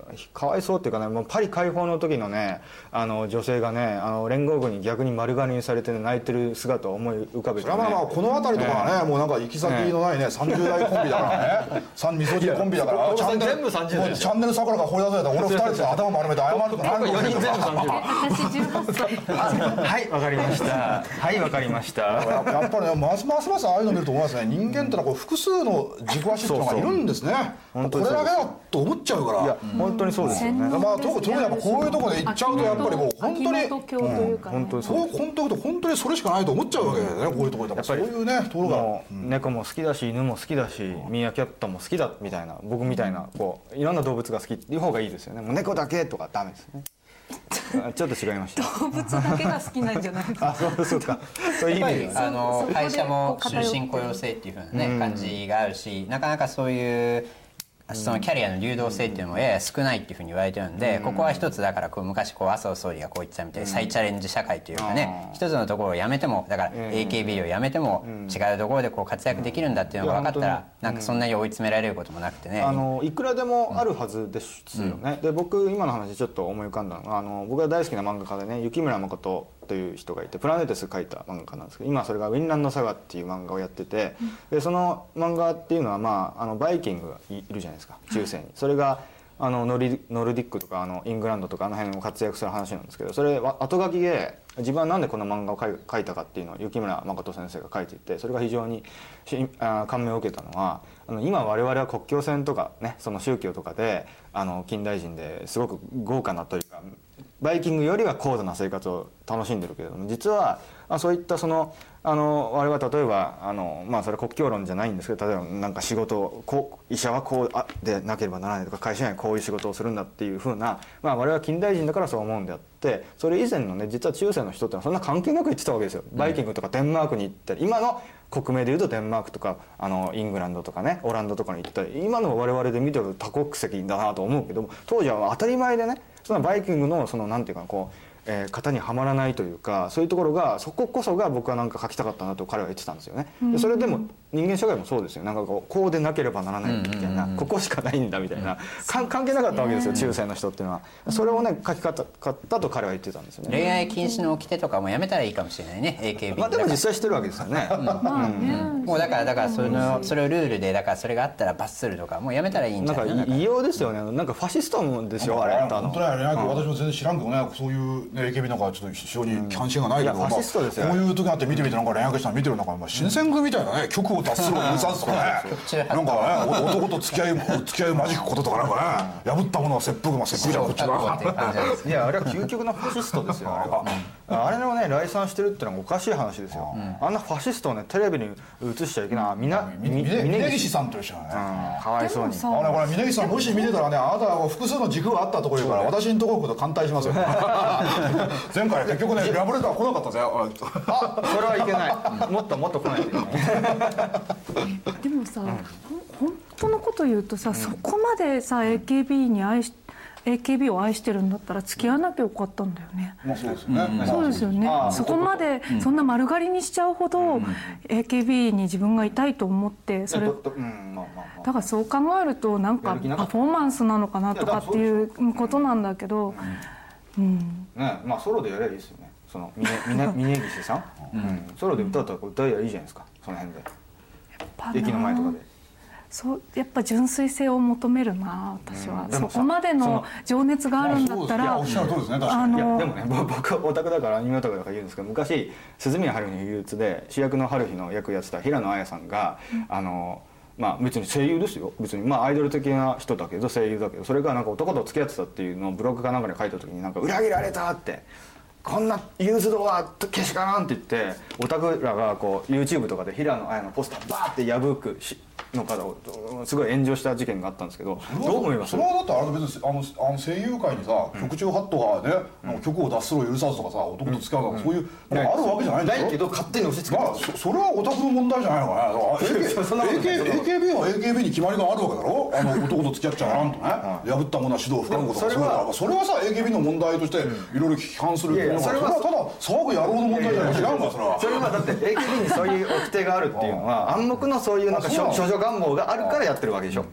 [SPEAKER 2] かわいそうっていうかね、もうパリ解放の時のね女性がね連合軍に逆に丸刈りにされて、ね、泣いてる姿を思い浮かべて、ね、
[SPEAKER 4] まあこの辺りとかはね、もうなんか行き先のないね30代コンビだからねみそじコンビだから
[SPEAKER 2] 全部30代
[SPEAKER 4] チャンネル桜が放り出されたら俺2人で頭丸めて謝るとかない
[SPEAKER 2] 4人全部30代
[SPEAKER 1] 私18歳
[SPEAKER 2] はいわかりましたはいわかりました
[SPEAKER 4] やっぱりねますああいうの見ると思いますね、人間ってのはこう複数の軸足っていうのがいるんですね。これだけだと思っちゃうから。
[SPEAKER 2] いや本当にそうですよね。
[SPEAKER 4] まあ特にやっぱこういうところで行っちゃうとやっぱりもう本当に
[SPEAKER 2] 本当にそう
[SPEAKER 4] 本当にそれしかないと思っちゃうわけだよね、こういうところで。やっぱりそういうねところが
[SPEAKER 2] 猫も好きだし犬も好きだしミーアキャットも好きだみたいな、僕みたいなこういろんな動物が好きっていう方がいいですよね。もう猫だけとかダメですね。ちょっと違いました。
[SPEAKER 3] 動物だけが好きなんじゃないですか。
[SPEAKER 2] そうか。そういう意味で
[SPEAKER 5] 会社も終身雇用制っていう風なね感じがあるし、なかなかそういうそのキャリアの流動性っていうのもやや少ないっていうふうに言われてるんで、ここは一つだからこう昔こう麻生総理がこう言ってたみたいに再チャレンジ社会というかね、一つのところをやめてもだから AKB をやめても違うところでこう活躍できるんだっていうのが分かったらなんかそんなに追い詰められることもなくてね、
[SPEAKER 2] いくらでもあるはずですよね。で僕今の話ちょっと思い浮かんだのが僕が大好きな漫画家でね雪村誠という人がいてプラネテス書いた漫画家なんですけど、今それがウィンランドサガっていう漫画をやってて、でその漫画っていうのはバイキングがいるじゃないですか中世に。それがノルディックとかイングランドとかあの辺も活躍する話なんですけど、それ後書きで自分はなんでこの漫画を描いたかっていうのを雪村誠先生が書いていて、それが非常に感銘を受けたのは今我々は国境線とかねその宗教とかで近代人ですごく豪華なというかバイキングよりは高度な生活を楽しんでるけれども、実はそういった我々は例えばそれ国境論じゃないんですけど、例えばなんか仕事を医者はこうでなければならないとか会社にはこういう仕事をするんだっていうふうな、我々は近代人だからそう思うんであって、それ以前のね実は中世の人ってのはそんな関係なく言ってたわけですよ。バイキングとかデンマークに行ったり、今の国名でいうとデンマークとかイングランドとかねオランダとかに行ったり、今の我々で見てる多国籍だなと思うけども、当時は当たり前でねそのバイキングのなんていうか型にはまらないというか、そういうところがそここそが僕はなんか書きたかったなと彼は言ってたんですよね。でそれでも人間社会もそうですよ。なんかこうでなければならないみたいな、ここしかないんだみたいな、関係なかったわけですよ中世の人っていうのは。それをね書き方と彼は言ってたんですよね。
[SPEAKER 5] 恋愛禁止の掟とかもやめたらいいかもしれないね AKB。
[SPEAKER 2] でも実際してるわけですよね。
[SPEAKER 5] もうだからそれをルールでだからそれがあったら罰するとかもうやめたらいいんじゃない。
[SPEAKER 2] なんか異様ですよね。なんかファシストもでしょあれ。
[SPEAKER 4] 本当だよね。私も全然知らんけどね、そういうね AKB なんかちょっと非常に関心がないけど、
[SPEAKER 2] ファシストですよ。
[SPEAKER 4] こういう時になって見てみてなんか恋愛したの見てるなんか新選組みたいなね、曲を脱するを許さずとかね、なんかね男と付き合いマジックこととかなんかね、破ったものは切腹じゃこっちが。
[SPEAKER 2] いやあれは究極のファシストですよ。あれのね来賛してるってのはおかしい話ですよ。あんなファシストをねテレビに映しちゃいけない。
[SPEAKER 4] 峯岸さんと一緒だね。
[SPEAKER 2] かわいそうに。
[SPEAKER 4] これ峯岸さんもし見てたらね、あなたは複数の軸があったところから私のところと艦隊しますよ。前回結局ねラブレター来なかったぜ。
[SPEAKER 2] それはいけない。もっと来ないといけない。
[SPEAKER 3] でもさ、本当のこと言うとさ、そこまでさ AKB を愛してるんだったら付き合わなきゃよかったんだよね。
[SPEAKER 4] そうですね。
[SPEAKER 3] そうですよね。そこまでそんな丸刈りにしちゃうほど AKB に自分がいたいと思ってそれだからそう考えるとなんかパフォーマンスなのかなとかっていうことなんだけど、
[SPEAKER 2] ソロでやればいいですよね。その峯岸さん、ソロで歌ったら歌えばいいじゃないですか。その辺で駅の前とかで。
[SPEAKER 3] そうやっぱ純粋性を求めるな私は。そこまでの情熱があるんだったら。
[SPEAKER 4] おっしゃる通りですね。確かに。
[SPEAKER 2] でもね僕はオタクだからアニメオタクだから言うんですけど、昔鈴宮春日の憂鬱で主役の春日の役やってた平野綾さんが別に声優ですよ。別にアイドル的な人だけど声優だけど、それがなんか男と付き合ってたっていうのをブログかなんかで書いた時になんか裏切られたって。こんなユーズドはけしからんって言ってオタクらがこう YouTube とかで平野綾のポスターバーって破くの方をすごい炎上した事件があったんですけど、どう思います？
[SPEAKER 4] それはだってあれ別に声優界にさ局長ハットがね曲を脱するを許さずとかさ男と付き合うとかそういうのがあるわけじゃないんだよ。
[SPEAKER 2] ないけど勝手に押し付けた。
[SPEAKER 4] それはオタクの問題じゃないのかな。AKB は AKB に決まりがあるわけだろ。男と付き合っちゃならんとね、破ったものは指導不可能とかそれはさ AKB の問題としていろいろ批判する。それはただ騒ぐ野郎の問題じゃない。違うんだそれは。
[SPEAKER 2] それはだって AKB にそういう掟があるっていうのは暗黙のそういうなんか少女願望があるからやってるわけでしょ。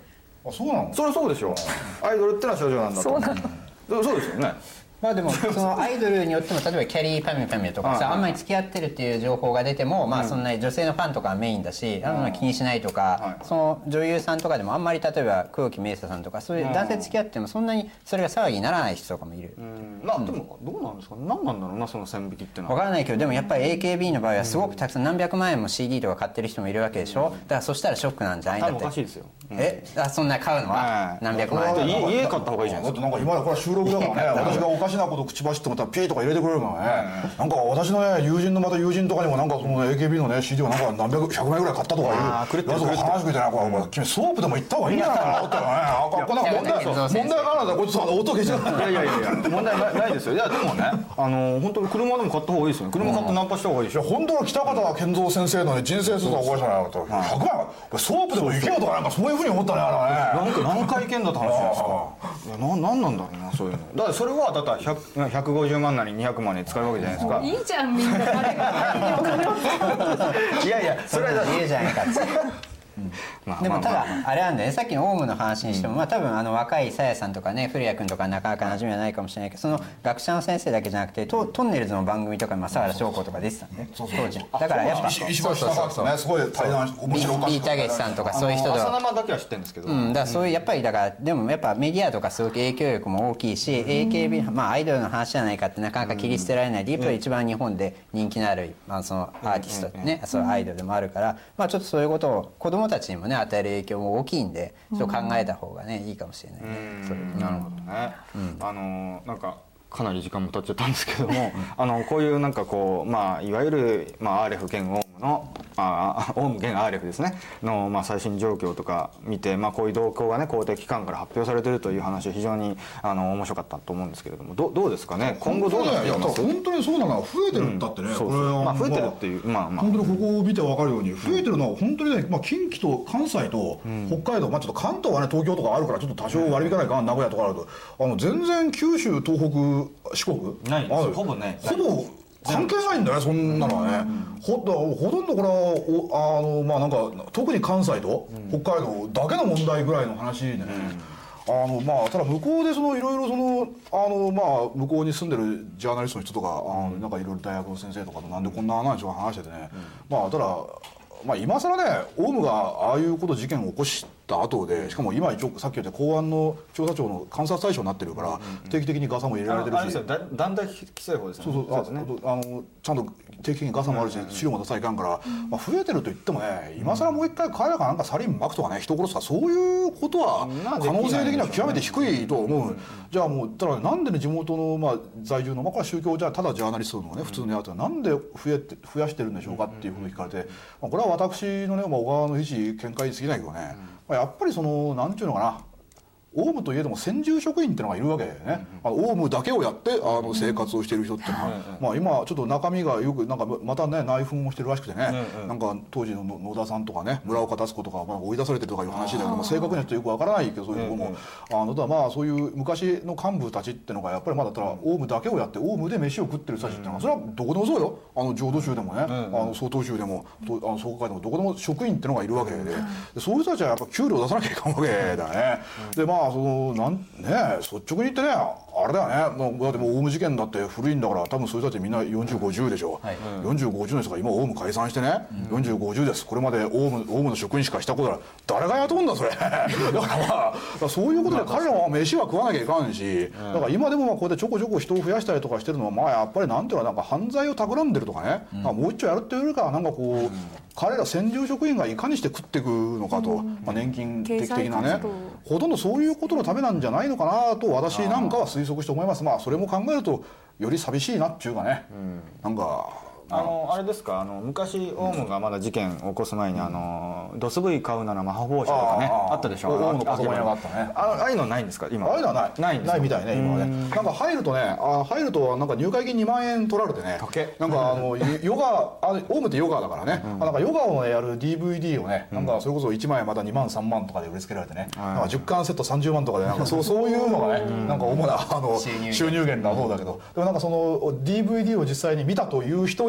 [SPEAKER 4] あ、そうなの？
[SPEAKER 2] そりゃそうでしょ。アイドルってのは少女なんだと。そうですよね。
[SPEAKER 5] まあでもそのアイドルによっても例えばキャリーパミュパミュとかさあんまり付き合ってるっていう情報が出てもまあそんなに女性のファンとかはメインだし気にしないとかその女優さんとかでもあんまり例えば黒木メイサさんとかそういう男性付き合ってもそんなにそれが騒ぎにならない人とかもいる。
[SPEAKER 2] まあでもどうなんですか。何なんだろうなその線引きってのは。
[SPEAKER 5] 分からないけどでもやっぱり AKB の場合はすごくたくさん何百万円も CD とか買ってる人もいるわけでしょ。だからそしたらショックなんじゃないんだって。
[SPEAKER 2] 多分おかしいですよ。
[SPEAKER 5] そんな買うのは何百万円。
[SPEAKER 2] 家買った方がいいじゃないですか。
[SPEAKER 4] なんか今これ収録だからね私がおかしなこと口走って思ったらピーとか入れてくれるからね。なんか私のね友人のまた友人とかにもなんかその AKB のね CD をなんか何百100枚ぐらい買ったとかいうやつを話してくれてねこれ君ソープでも行った方がいいんじゃないかなってね。こんな問題があるんだこいつ音消しちゃった。
[SPEAKER 2] いや問題ないですよ。いやでもね本当に車でも買った方がいいですよね。車買ってナンパした方がいいでしょ。
[SPEAKER 4] 本当は北方健三先生のね人生相談を起こしたら100万ソープでも行けよとかなんかそういうふうに思ったねあれね。
[SPEAKER 2] 何回行けんだって話じゃないですか。何なんだろうなそういうの。だからそれはだから150万なり200万に使うわけじゃないですか。
[SPEAKER 3] いいじゃんみんな誰が
[SPEAKER 2] いやそれはい
[SPEAKER 5] いじゃないかってでもただあれなんだよねさっきのオウムの話にしてもまあ多分若いさやさんとかね古谷君とかなかなか馴染みはないかもしれないけどその学者の先生だけじゃなくてトンネルズの番組とかに佐原翔子とか出てたんで当時だからやっぱ
[SPEAKER 4] 石橋貴明とねすごい対談面白かった。
[SPEAKER 5] ビータゲシさんとかそういう人と
[SPEAKER 2] 浅生だけは知ってるんですけど。
[SPEAKER 5] だからそういうやっぱりだからでもやっぱメディアとかすごく影響力も大きいし AKB まあアイドルの話じゃないかってなかなか切り捨てられないでやっぱり一番日本で人気のあるそのアーティストねそうアイドルでもあるからまあちょっとそういうことを子供たちにもね与える影響も大きいんでちょっと考えた方がねいいかもしれないね。
[SPEAKER 2] なるほどね。なんかかなり時間も経っちゃったんですけどもこういうなんかこうまあいわゆるアーレフ現オウムのオウム現アーレフですねの最新状況とか見てこういう動向がね公的機関から発表されているという話は非常に面白かったと思うんですけれどもどうですかね今後どうなっていきます？
[SPEAKER 4] 本当にそうなのは増えてるんだってね。
[SPEAKER 2] 増えてるっていう本
[SPEAKER 4] 当にここを見て分かるように増えてるのは本当にね近畿と関西と北海道ちょっと関東はね東京とかあるからちょっと多少割り引かないか名古屋とかあると全然九州東北四国
[SPEAKER 2] ないですほぼね
[SPEAKER 4] ほぼ関係ないんだねそんなのはね。ほとんどこれはなんか特に関西と北海道だけの問題ぐらいの話でね。ただ向こうでいろいろ向こうに住んでるジャーナリストの人とかなんかいろいろ大学の先生とかとなんでこんな話を話しててねただ今更ねオウムがああいう事件を起こした後でしかも今一応さっき言った公安の調査庁の監察対象になってるから定期的にガサも入れられてるし
[SPEAKER 2] 団体規制法ですね。
[SPEAKER 4] ちゃんと定期的にガサもあるし資料も出さないかんから増えてると言ってもね今更もう一回彼らがなんかサリンまくとかね人殺すとかそういうことは可能性的には極めて低いと思う。じゃあもうただなんでね地元の在住のこれは宗教じゃただジャーナリストのね普通のやつはなんで増やしてるんでしょうかっていうことを聞かれてこれは私のね小川の一見解に過ぎないけどねやっぱりなんていうのかなオウムといえども専従職員ってのがいるわけでねオウムだけをやって生活をしている人っていうのは今ちょっと中身がよくなんかまたね内紛をしてるらしくてねなんか当時の野田さんとかね村岡達子とか追い出されてるとかいう話だけども正確にはちょっとよくわからないけどそういうのもただそういう昔の幹部たちってのがやっぱりまだオウムだけをやってオウムで飯を食ってる人たちってのはそれはどこでもそうよ浄土宗でもね曹洞宗でも創価会でもどこでも職員ってのがいるわけでそういう人たちはやっぱ給料出さなきゃいかんわけだよね。で率直に言ってねあれだよねだってもうオウム事件だって古いんだから多分そういう人たちみんな40、50でしょ、40、50の人が今オウム解散してね、40、50ですこれまでオウムの職員しかしたことない誰が雇うんだそれだからそういうことで彼らは飯は食わなきゃいかんしだから今でもこうやってちょこちょこ人を増やしたりとかしてるのはやっぱりなんていうのなんか犯罪を企んでるとかね、もう一丁やるっていうよりかはなんかこう彼ら専従職員がいかにして食っていくのかと、年金的なねほとんどそういうことのためなんじゃないのかなと私なんかは推測して思います。それも考えるとより寂しいなっていうかね、なんか
[SPEAKER 2] あれですか昔オウムがまだ事件を起こす前にドス V 買うならマハ放射とかねあったでしょ。
[SPEAKER 4] オウムのパソコン屋があったね。
[SPEAKER 2] ああいうのないんですか今？
[SPEAKER 4] ああいうのはないみたいね今はね。なんか入るとなんか入会金2万円取られてねなんかヨガオウムってヨガだからねなんかヨガをやる DVD をねなんかそれこそ1万円また2万3万とかで売りつけられてねなんか10巻セット30万とかでなんかそういうのがねなんか主な収入源だそうだけどでもなんかその DVD を実際に見たという人に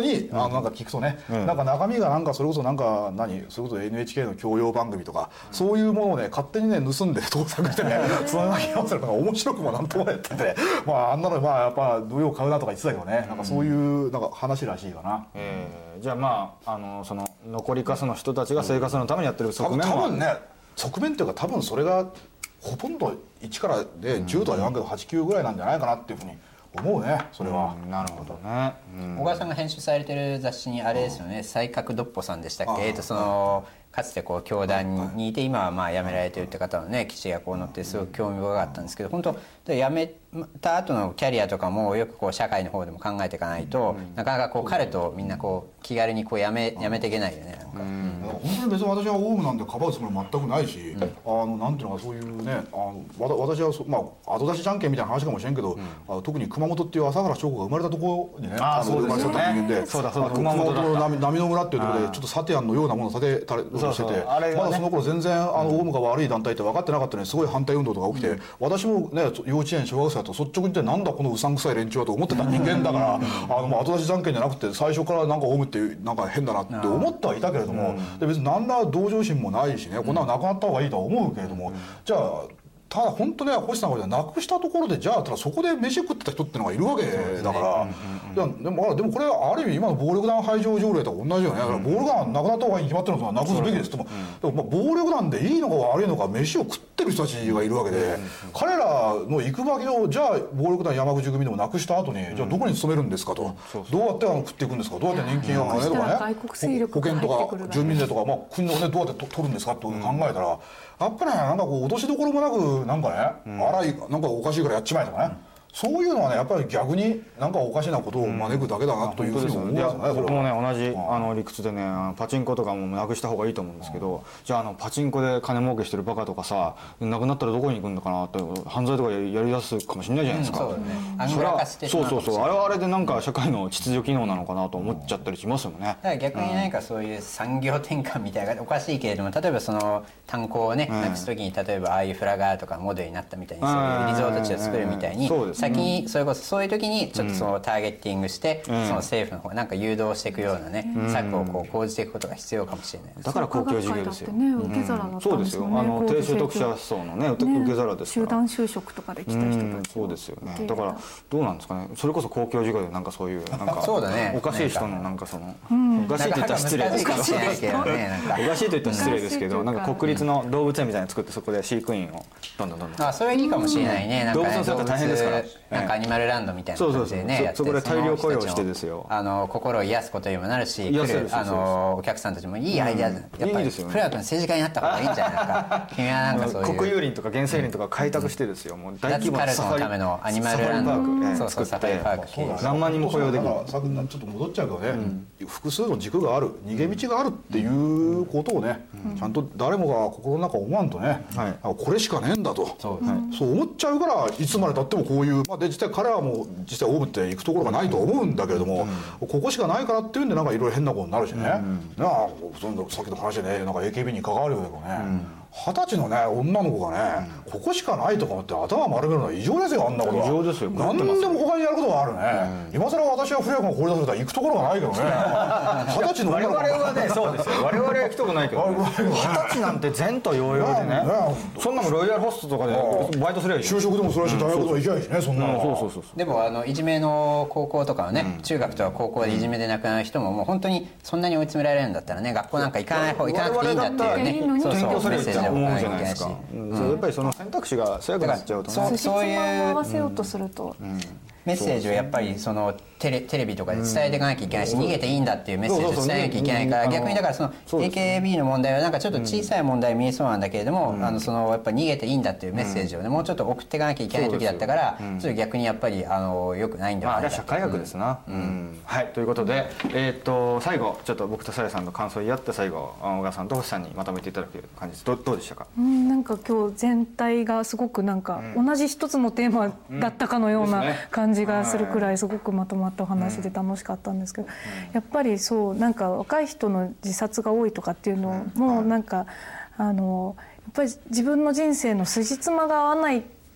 [SPEAKER 4] になんか聞くとね、なんか中身がなんかそれこそなんかそれこそ NHK の教養番組とかそういうものをね勝手にね盗んで盗作してねそのなき合わせるのが面白くもなんともやってて、まああんなのやっぱ土曜買うなとか言ってたけどね、なんかそういうなんか話らしいかな。
[SPEAKER 2] じゃあまあその残りかすの人たちが生活のためにやってる側面も
[SPEAKER 4] 多分ね側面っていうか多分それがほとんど1からで10とは言わんけど8、9ぐらいなんじゃないかなっていうふうに思うね、それは。
[SPEAKER 2] なるほどね。
[SPEAKER 5] 小川さんが編集されてる雑誌にあれですよね、才覚ドッポさんでしたっけ、そのかつてこう教団にいて今はまあ辞められてるって方のね記事がこう載ってすごく興味深かったんですけど、本当辞めた後のキャリアとかもよくこう社会の方でも考えていかないと、なかなかこう彼とみんなこう気軽にこう辞めていけないよね。
[SPEAKER 4] 本当に別に私はオウムなんでかばうつもり全くないし、なんていうのかそういうね私は後出しじゃんけんみたいな話かもしれんけど、特に熊本っていう朝原将子が生まれたところにね生まれた人間で、熊本の波の村っていうところでちょっとサテアンのようなものを建てたりしてて、まだその頃全然オウムが悪い団体って分かってなかったのにすごい反対運動とか起きて、私もね幼稚園小学生だと率直に言ってなんだこのうさんくさい連中はと思ってた人間だから後出しじゃんけんじゃなくて最初からなんかオウムってなんか変だなって思ってはいたけれども、で別に何ら同情心もないしね、こんなのなくなった方がいいとは思うけれども、じゃあただ本当ね星さんがなくしたところでじゃあただそこで飯食ってた人ってのがいるわけだから、でもこれはある意味今の暴力団排除条例と同じよね。だから暴力団なくなった方がいいに決まってるのはなくすべきですとも、でも暴力団でいいのか悪いのか飯を食ってる人たちがいるわけで、彼らの行く場所をじゃあ暴力団山口組でもなくした後にじゃあどこに勤めるんですかと、どうやって食っていくんですか、どうやって年金や金とかね保険とか住民税とか国のねどうやって取るんですかって考えたら、やっぱりねなんかこう落としどころもなくなんかね、なんかおかしいからやっちまえとかね、そういうのはねやっぱり逆になんかおかしなことを招くだけだなというふうに思うんですよね。
[SPEAKER 2] 僕もね同じ理屈でねパチンコとかもなくした方がいいと思うんですけど、じゃあパチンコで金儲けしてるバカとかさなくなったらどこに行くんだかなって犯罪とかやり出すかもしれないじゃないですか。そうあれはあれでなんか社会の秩序機能なのかなと思っちゃったりしますよね。
[SPEAKER 5] だから逆に何かそういう産業転換みたいなおかしいけれども、例えばその炭鉱をねなくす時に例えばああいうフラガーとかモデルになったみたいにそういうリゾート地を作るみたいに先にそれこそそういう時にちょっとそのターゲッティングしてその政府の方がなんか誘導していくようなね策をこう講じていくことが必要かもしれないです。
[SPEAKER 2] だから公共事業ですよ。
[SPEAKER 3] 受け皿だったんですよね。
[SPEAKER 2] そうですよ。低所得者層のね受け皿ですから。
[SPEAKER 3] 集団就職とかで来た人たち。
[SPEAKER 2] そうですよね。だからどうなんですかね。それこそ公共事業でなんかそういうなんかおかしい人のなんかそのおかしいと言ったら失礼ですけど、おかしいと言ったら失礼ですけど、なんか国立の動物園みたいなの作ってそこで飼育員をどんどん。
[SPEAKER 5] それいいかもしれないね。
[SPEAKER 2] 動物の世界大変ですから。
[SPEAKER 5] なんかアニマルランドみたいな感じでねやって、
[SPEAKER 2] そこで大量雇用してですよ。
[SPEAKER 5] 心を癒すことにもなるし、来るお客さんたちもいいアイデアで、やっぱりフレア君政治家になった方がいいんじゃないか。君はなんかそういう
[SPEAKER 2] 国有林とか原生林とか開拓してですよ。もう大規模な
[SPEAKER 5] サファリのためのアニマルランド作って
[SPEAKER 2] 何万人も雇用できる。
[SPEAKER 4] ちょっと戻っちゃうけどね、複数の軸がある、逃げ道があるっていうことをね、ちゃんと誰もが心の中思わんとね、これしかねえんだとそう思っちゃうから、いつまでたってもこういうで実際彼らも実際オウムって行くところがないと思うんだけれども、ここしかないからっていうんでなんかいろいろ変なことになるしね、さっきの話でねなんか AKB に関わるようだけどね、20歳のね女の子がね、ここしかないとかって頭丸めるのは異常ですよ。あんなことは異常ですよ。何でも他にやることがあるね。今更私はフレア君を放り出されたら行くところがないけどね。20歳の女の子
[SPEAKER 2] 我々はねそうですよ。我々は行くとこないけど、20歳なんて前途洋々でね、そんなもロイヤルホストとかでバイトすればいい。
[SPEAKER 4] 就職でもそれはし大学とか行きゃいいしね、そんなの。
[SPEAKER 5] でもいじめの高校とかはね、中学とか高校でいじめで亡くなる人ももう本当にそんなに追い詰められるんだったらね、学校なんか行かなくていいんだっていうね、メッセージを
[SPEAKER 2] 思うじゃないですか。やっぱりその選択肢が狭くなっちゃうとね、
[SPEAKER 3] そういう合わせようとすると
[SPEAKER 5] メッセージをやっぱりそのテレビとかで伝えていかなきゃいけないし、逃げていいんだっていうメッセージを伝えなきゃいけないから、逆にだからその AKB の問題はなんかちょっと小さい問題見えそうなんだけれども、そのやっぱ逃げていいんだっていうメッセージをねもうちょっと送っていかなきゃいけない時だったから、ちょっと逆にやっぱり良くないんではないか。
[SPEAKER 2] あれは社会学ですな。はい、ということで最後ちょっと僕とさやさんの感想を言い合って最後小川さんと星さんにまとめていただく感じです。どうでしたか？
[SPEAKER 3] なんか今日全体がすごくなんか同じ一つのテーマだったかのような感じがするくらいすごくまとまったお話で楽しかったんですけど、やっぱりそうなんか若い人の自殺が多いとかっていうのもなんかやっぱり自分の人生の筋つまが合わない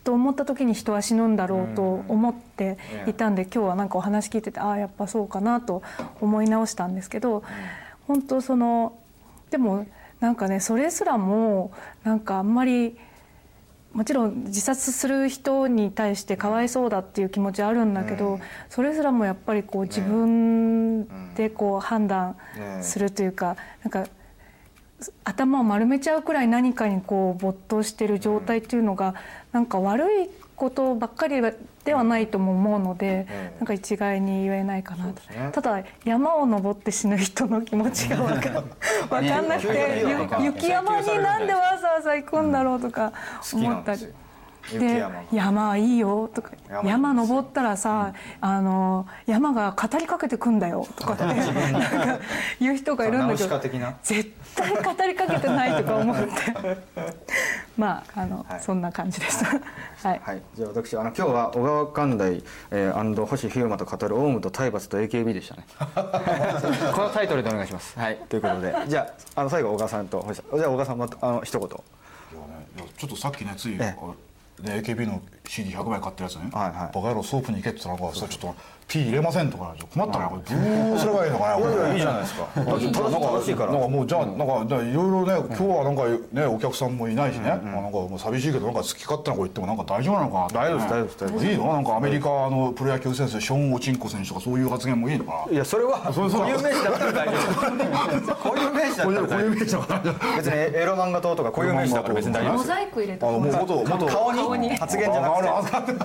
[SPEAKER 3] と思った時に人は死ぬんだろうと思っていたんで、今日はなんかお話聞いてて、ああやっぱそうかなと思い直したんですけど、本当でもなんかね、それすらもなんかあんまり、もちろん自殺する人に対してかわいそうだっていう気持ちはあるんだけど、それすらもやっぱりこう自分でこう判断するというか、なんか頭を丸めちゃうくらい何かにこう没頭している状態っていうのが、なんか悪いことばっかりではないとも思うので、なんか一概に言えないかなと。ただ山を登って死ぬ人の気持ちが分かんなくて、雪山になんでわざわざ行くんだろうとか思ったり。で山いいよとか、山登ったらさ、山が語りかけてくんだよとかってなんか言う人がいるんだけど、絶対語りかけてないとか思ってまあそんな感じです。はい、
[SPEAKER 2] じゃあ私今日は小川寛大星飛雄馬と語るオウムと体罰と AKB でしたねこのタイトルでお願いします。はい、ということで、じゃあ最後小川さんと星さん、じゃあ小川さんも一言。
[SPEAKER 4] ちょっとさっきね、ついAKB の CD100 枚買ったやつね、バカ野郎ソープに行けって言ったら、それちょっと P 入れませんとか困ったな、これどうすればいいのかな。これ
[SPEAKER 2] いいじゃないですか。
[SPEAKER 4] 楽しいから。なんかもうじゃあなんかいろいろね、今日はなんかねお客さんもいないしね、なんかもう寂しいけど、なんか好き勝手なこと言ってもなんか大丈夫なのかな。
[SPEAKER 2] 大丈夫です
[SPEAKER 4] いいの？なんかアメリカのプロ野球選手ショーン・オチンコ選手とかそういう発言もいいのかな。
[SPEAKER 2] いや、それは固有名詞だったら大丈夫。固有名詞だったら大丈夫。別にエロ漫画党とか固有名詞だから別に大丈夫です。
[SPEAKER 3] モザイク入れた。
[SPEAKER 4] もう元
[SPEAKER 3] 顔に
[SPEAKER 2] 発言じゃなくて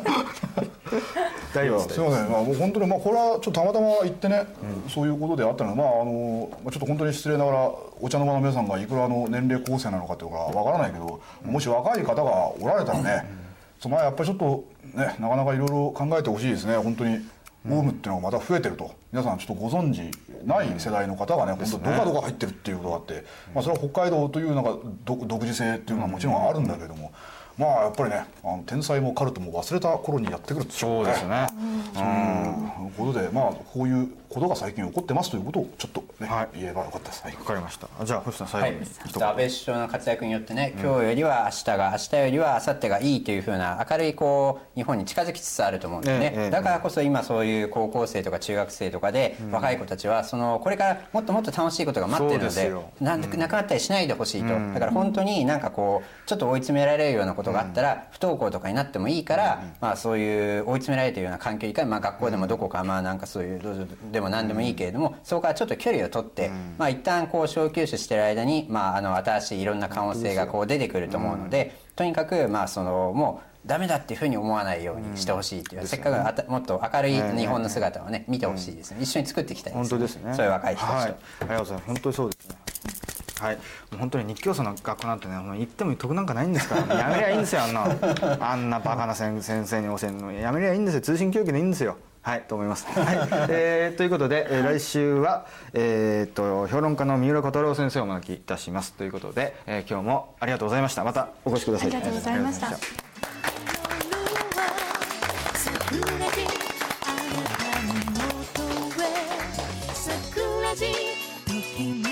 [SPEAKER 2] 大丈夫です。
[SPEAKER 4] すみません。もう本当にこれはちょっとたまたま言ってね、そういうことであったので、ちょっと本当に失礼ながらお茶の間の皆さんがいくら年齢構成なのかっていうのがわからないけど、もし若い方がおられたらね、やっぱりちょっとね、なかなかいろいろ考えてほしいですね。本当にオウムっていうのがまた増えてると、皆さんちょっとご存知ない世代の方がね、本当どかどか入ってるっていうことがあって、それは北海道というなんか独自性っていうのはもちろんあるんだけども、やっぱりね、天才もカルトも忘れた頃にやってくるっていう、
[SPEAKER 2] そうですね。
[SPEAKER 4] そういうことで、こういうことが最近起こってますということをちょっとね、言えばよかったです。
[SPEAKER 2] わかりました。じゃあ星さん最後に
[SPEAKER 5] 安倍首相の活躍によってね、今日よりは明日が、明日よりは明後日がいいというふうな明るい日本に近づきつつあると思うんですね。だからこそ今そういう高校生とか中学生とかで若い子たちはこれからもっともっと楽しいことが待ってるので、なくなったりしないでほしいと。だから本当になんかちょっと追い詰められるようなことがあったら不登校とかになってもいいから、そういう追い詰められているような環境以下、学校でもどこかなんかそういうでも何でもいいけれども、そこからちょっと距離を取って、一旦小休止してる間に、新しいいろんな可能性が出てくると思うので、とにかくもうダメだっていうふうに思わないようにしてほしいという、せっかくもっと明るい日本の姿をね見てほしいですね。一緒に作っていきたいですね。
[SPEAKER 2] 本当ですね。
[SPEAKER 5] そういう若い人たちと。
[SPEAKER 2] ありがとうございます。本当にそうですね。はい、もう本当に日教組の学校なんてね、行っても得なんかないんですから、やめりゃいいんですよ。あんなバカな先生に教えるのやめりゃいいんですよ。通信教育でいいんですよ。はいと思います。はい、ということで、来週は評論家の三浦小太郎先生をお招きいたしますということで、今日もありがとうございました。またお越しください。
[SPEAKER 3] ありがとうございました。
[SPEAKER 1] 桜地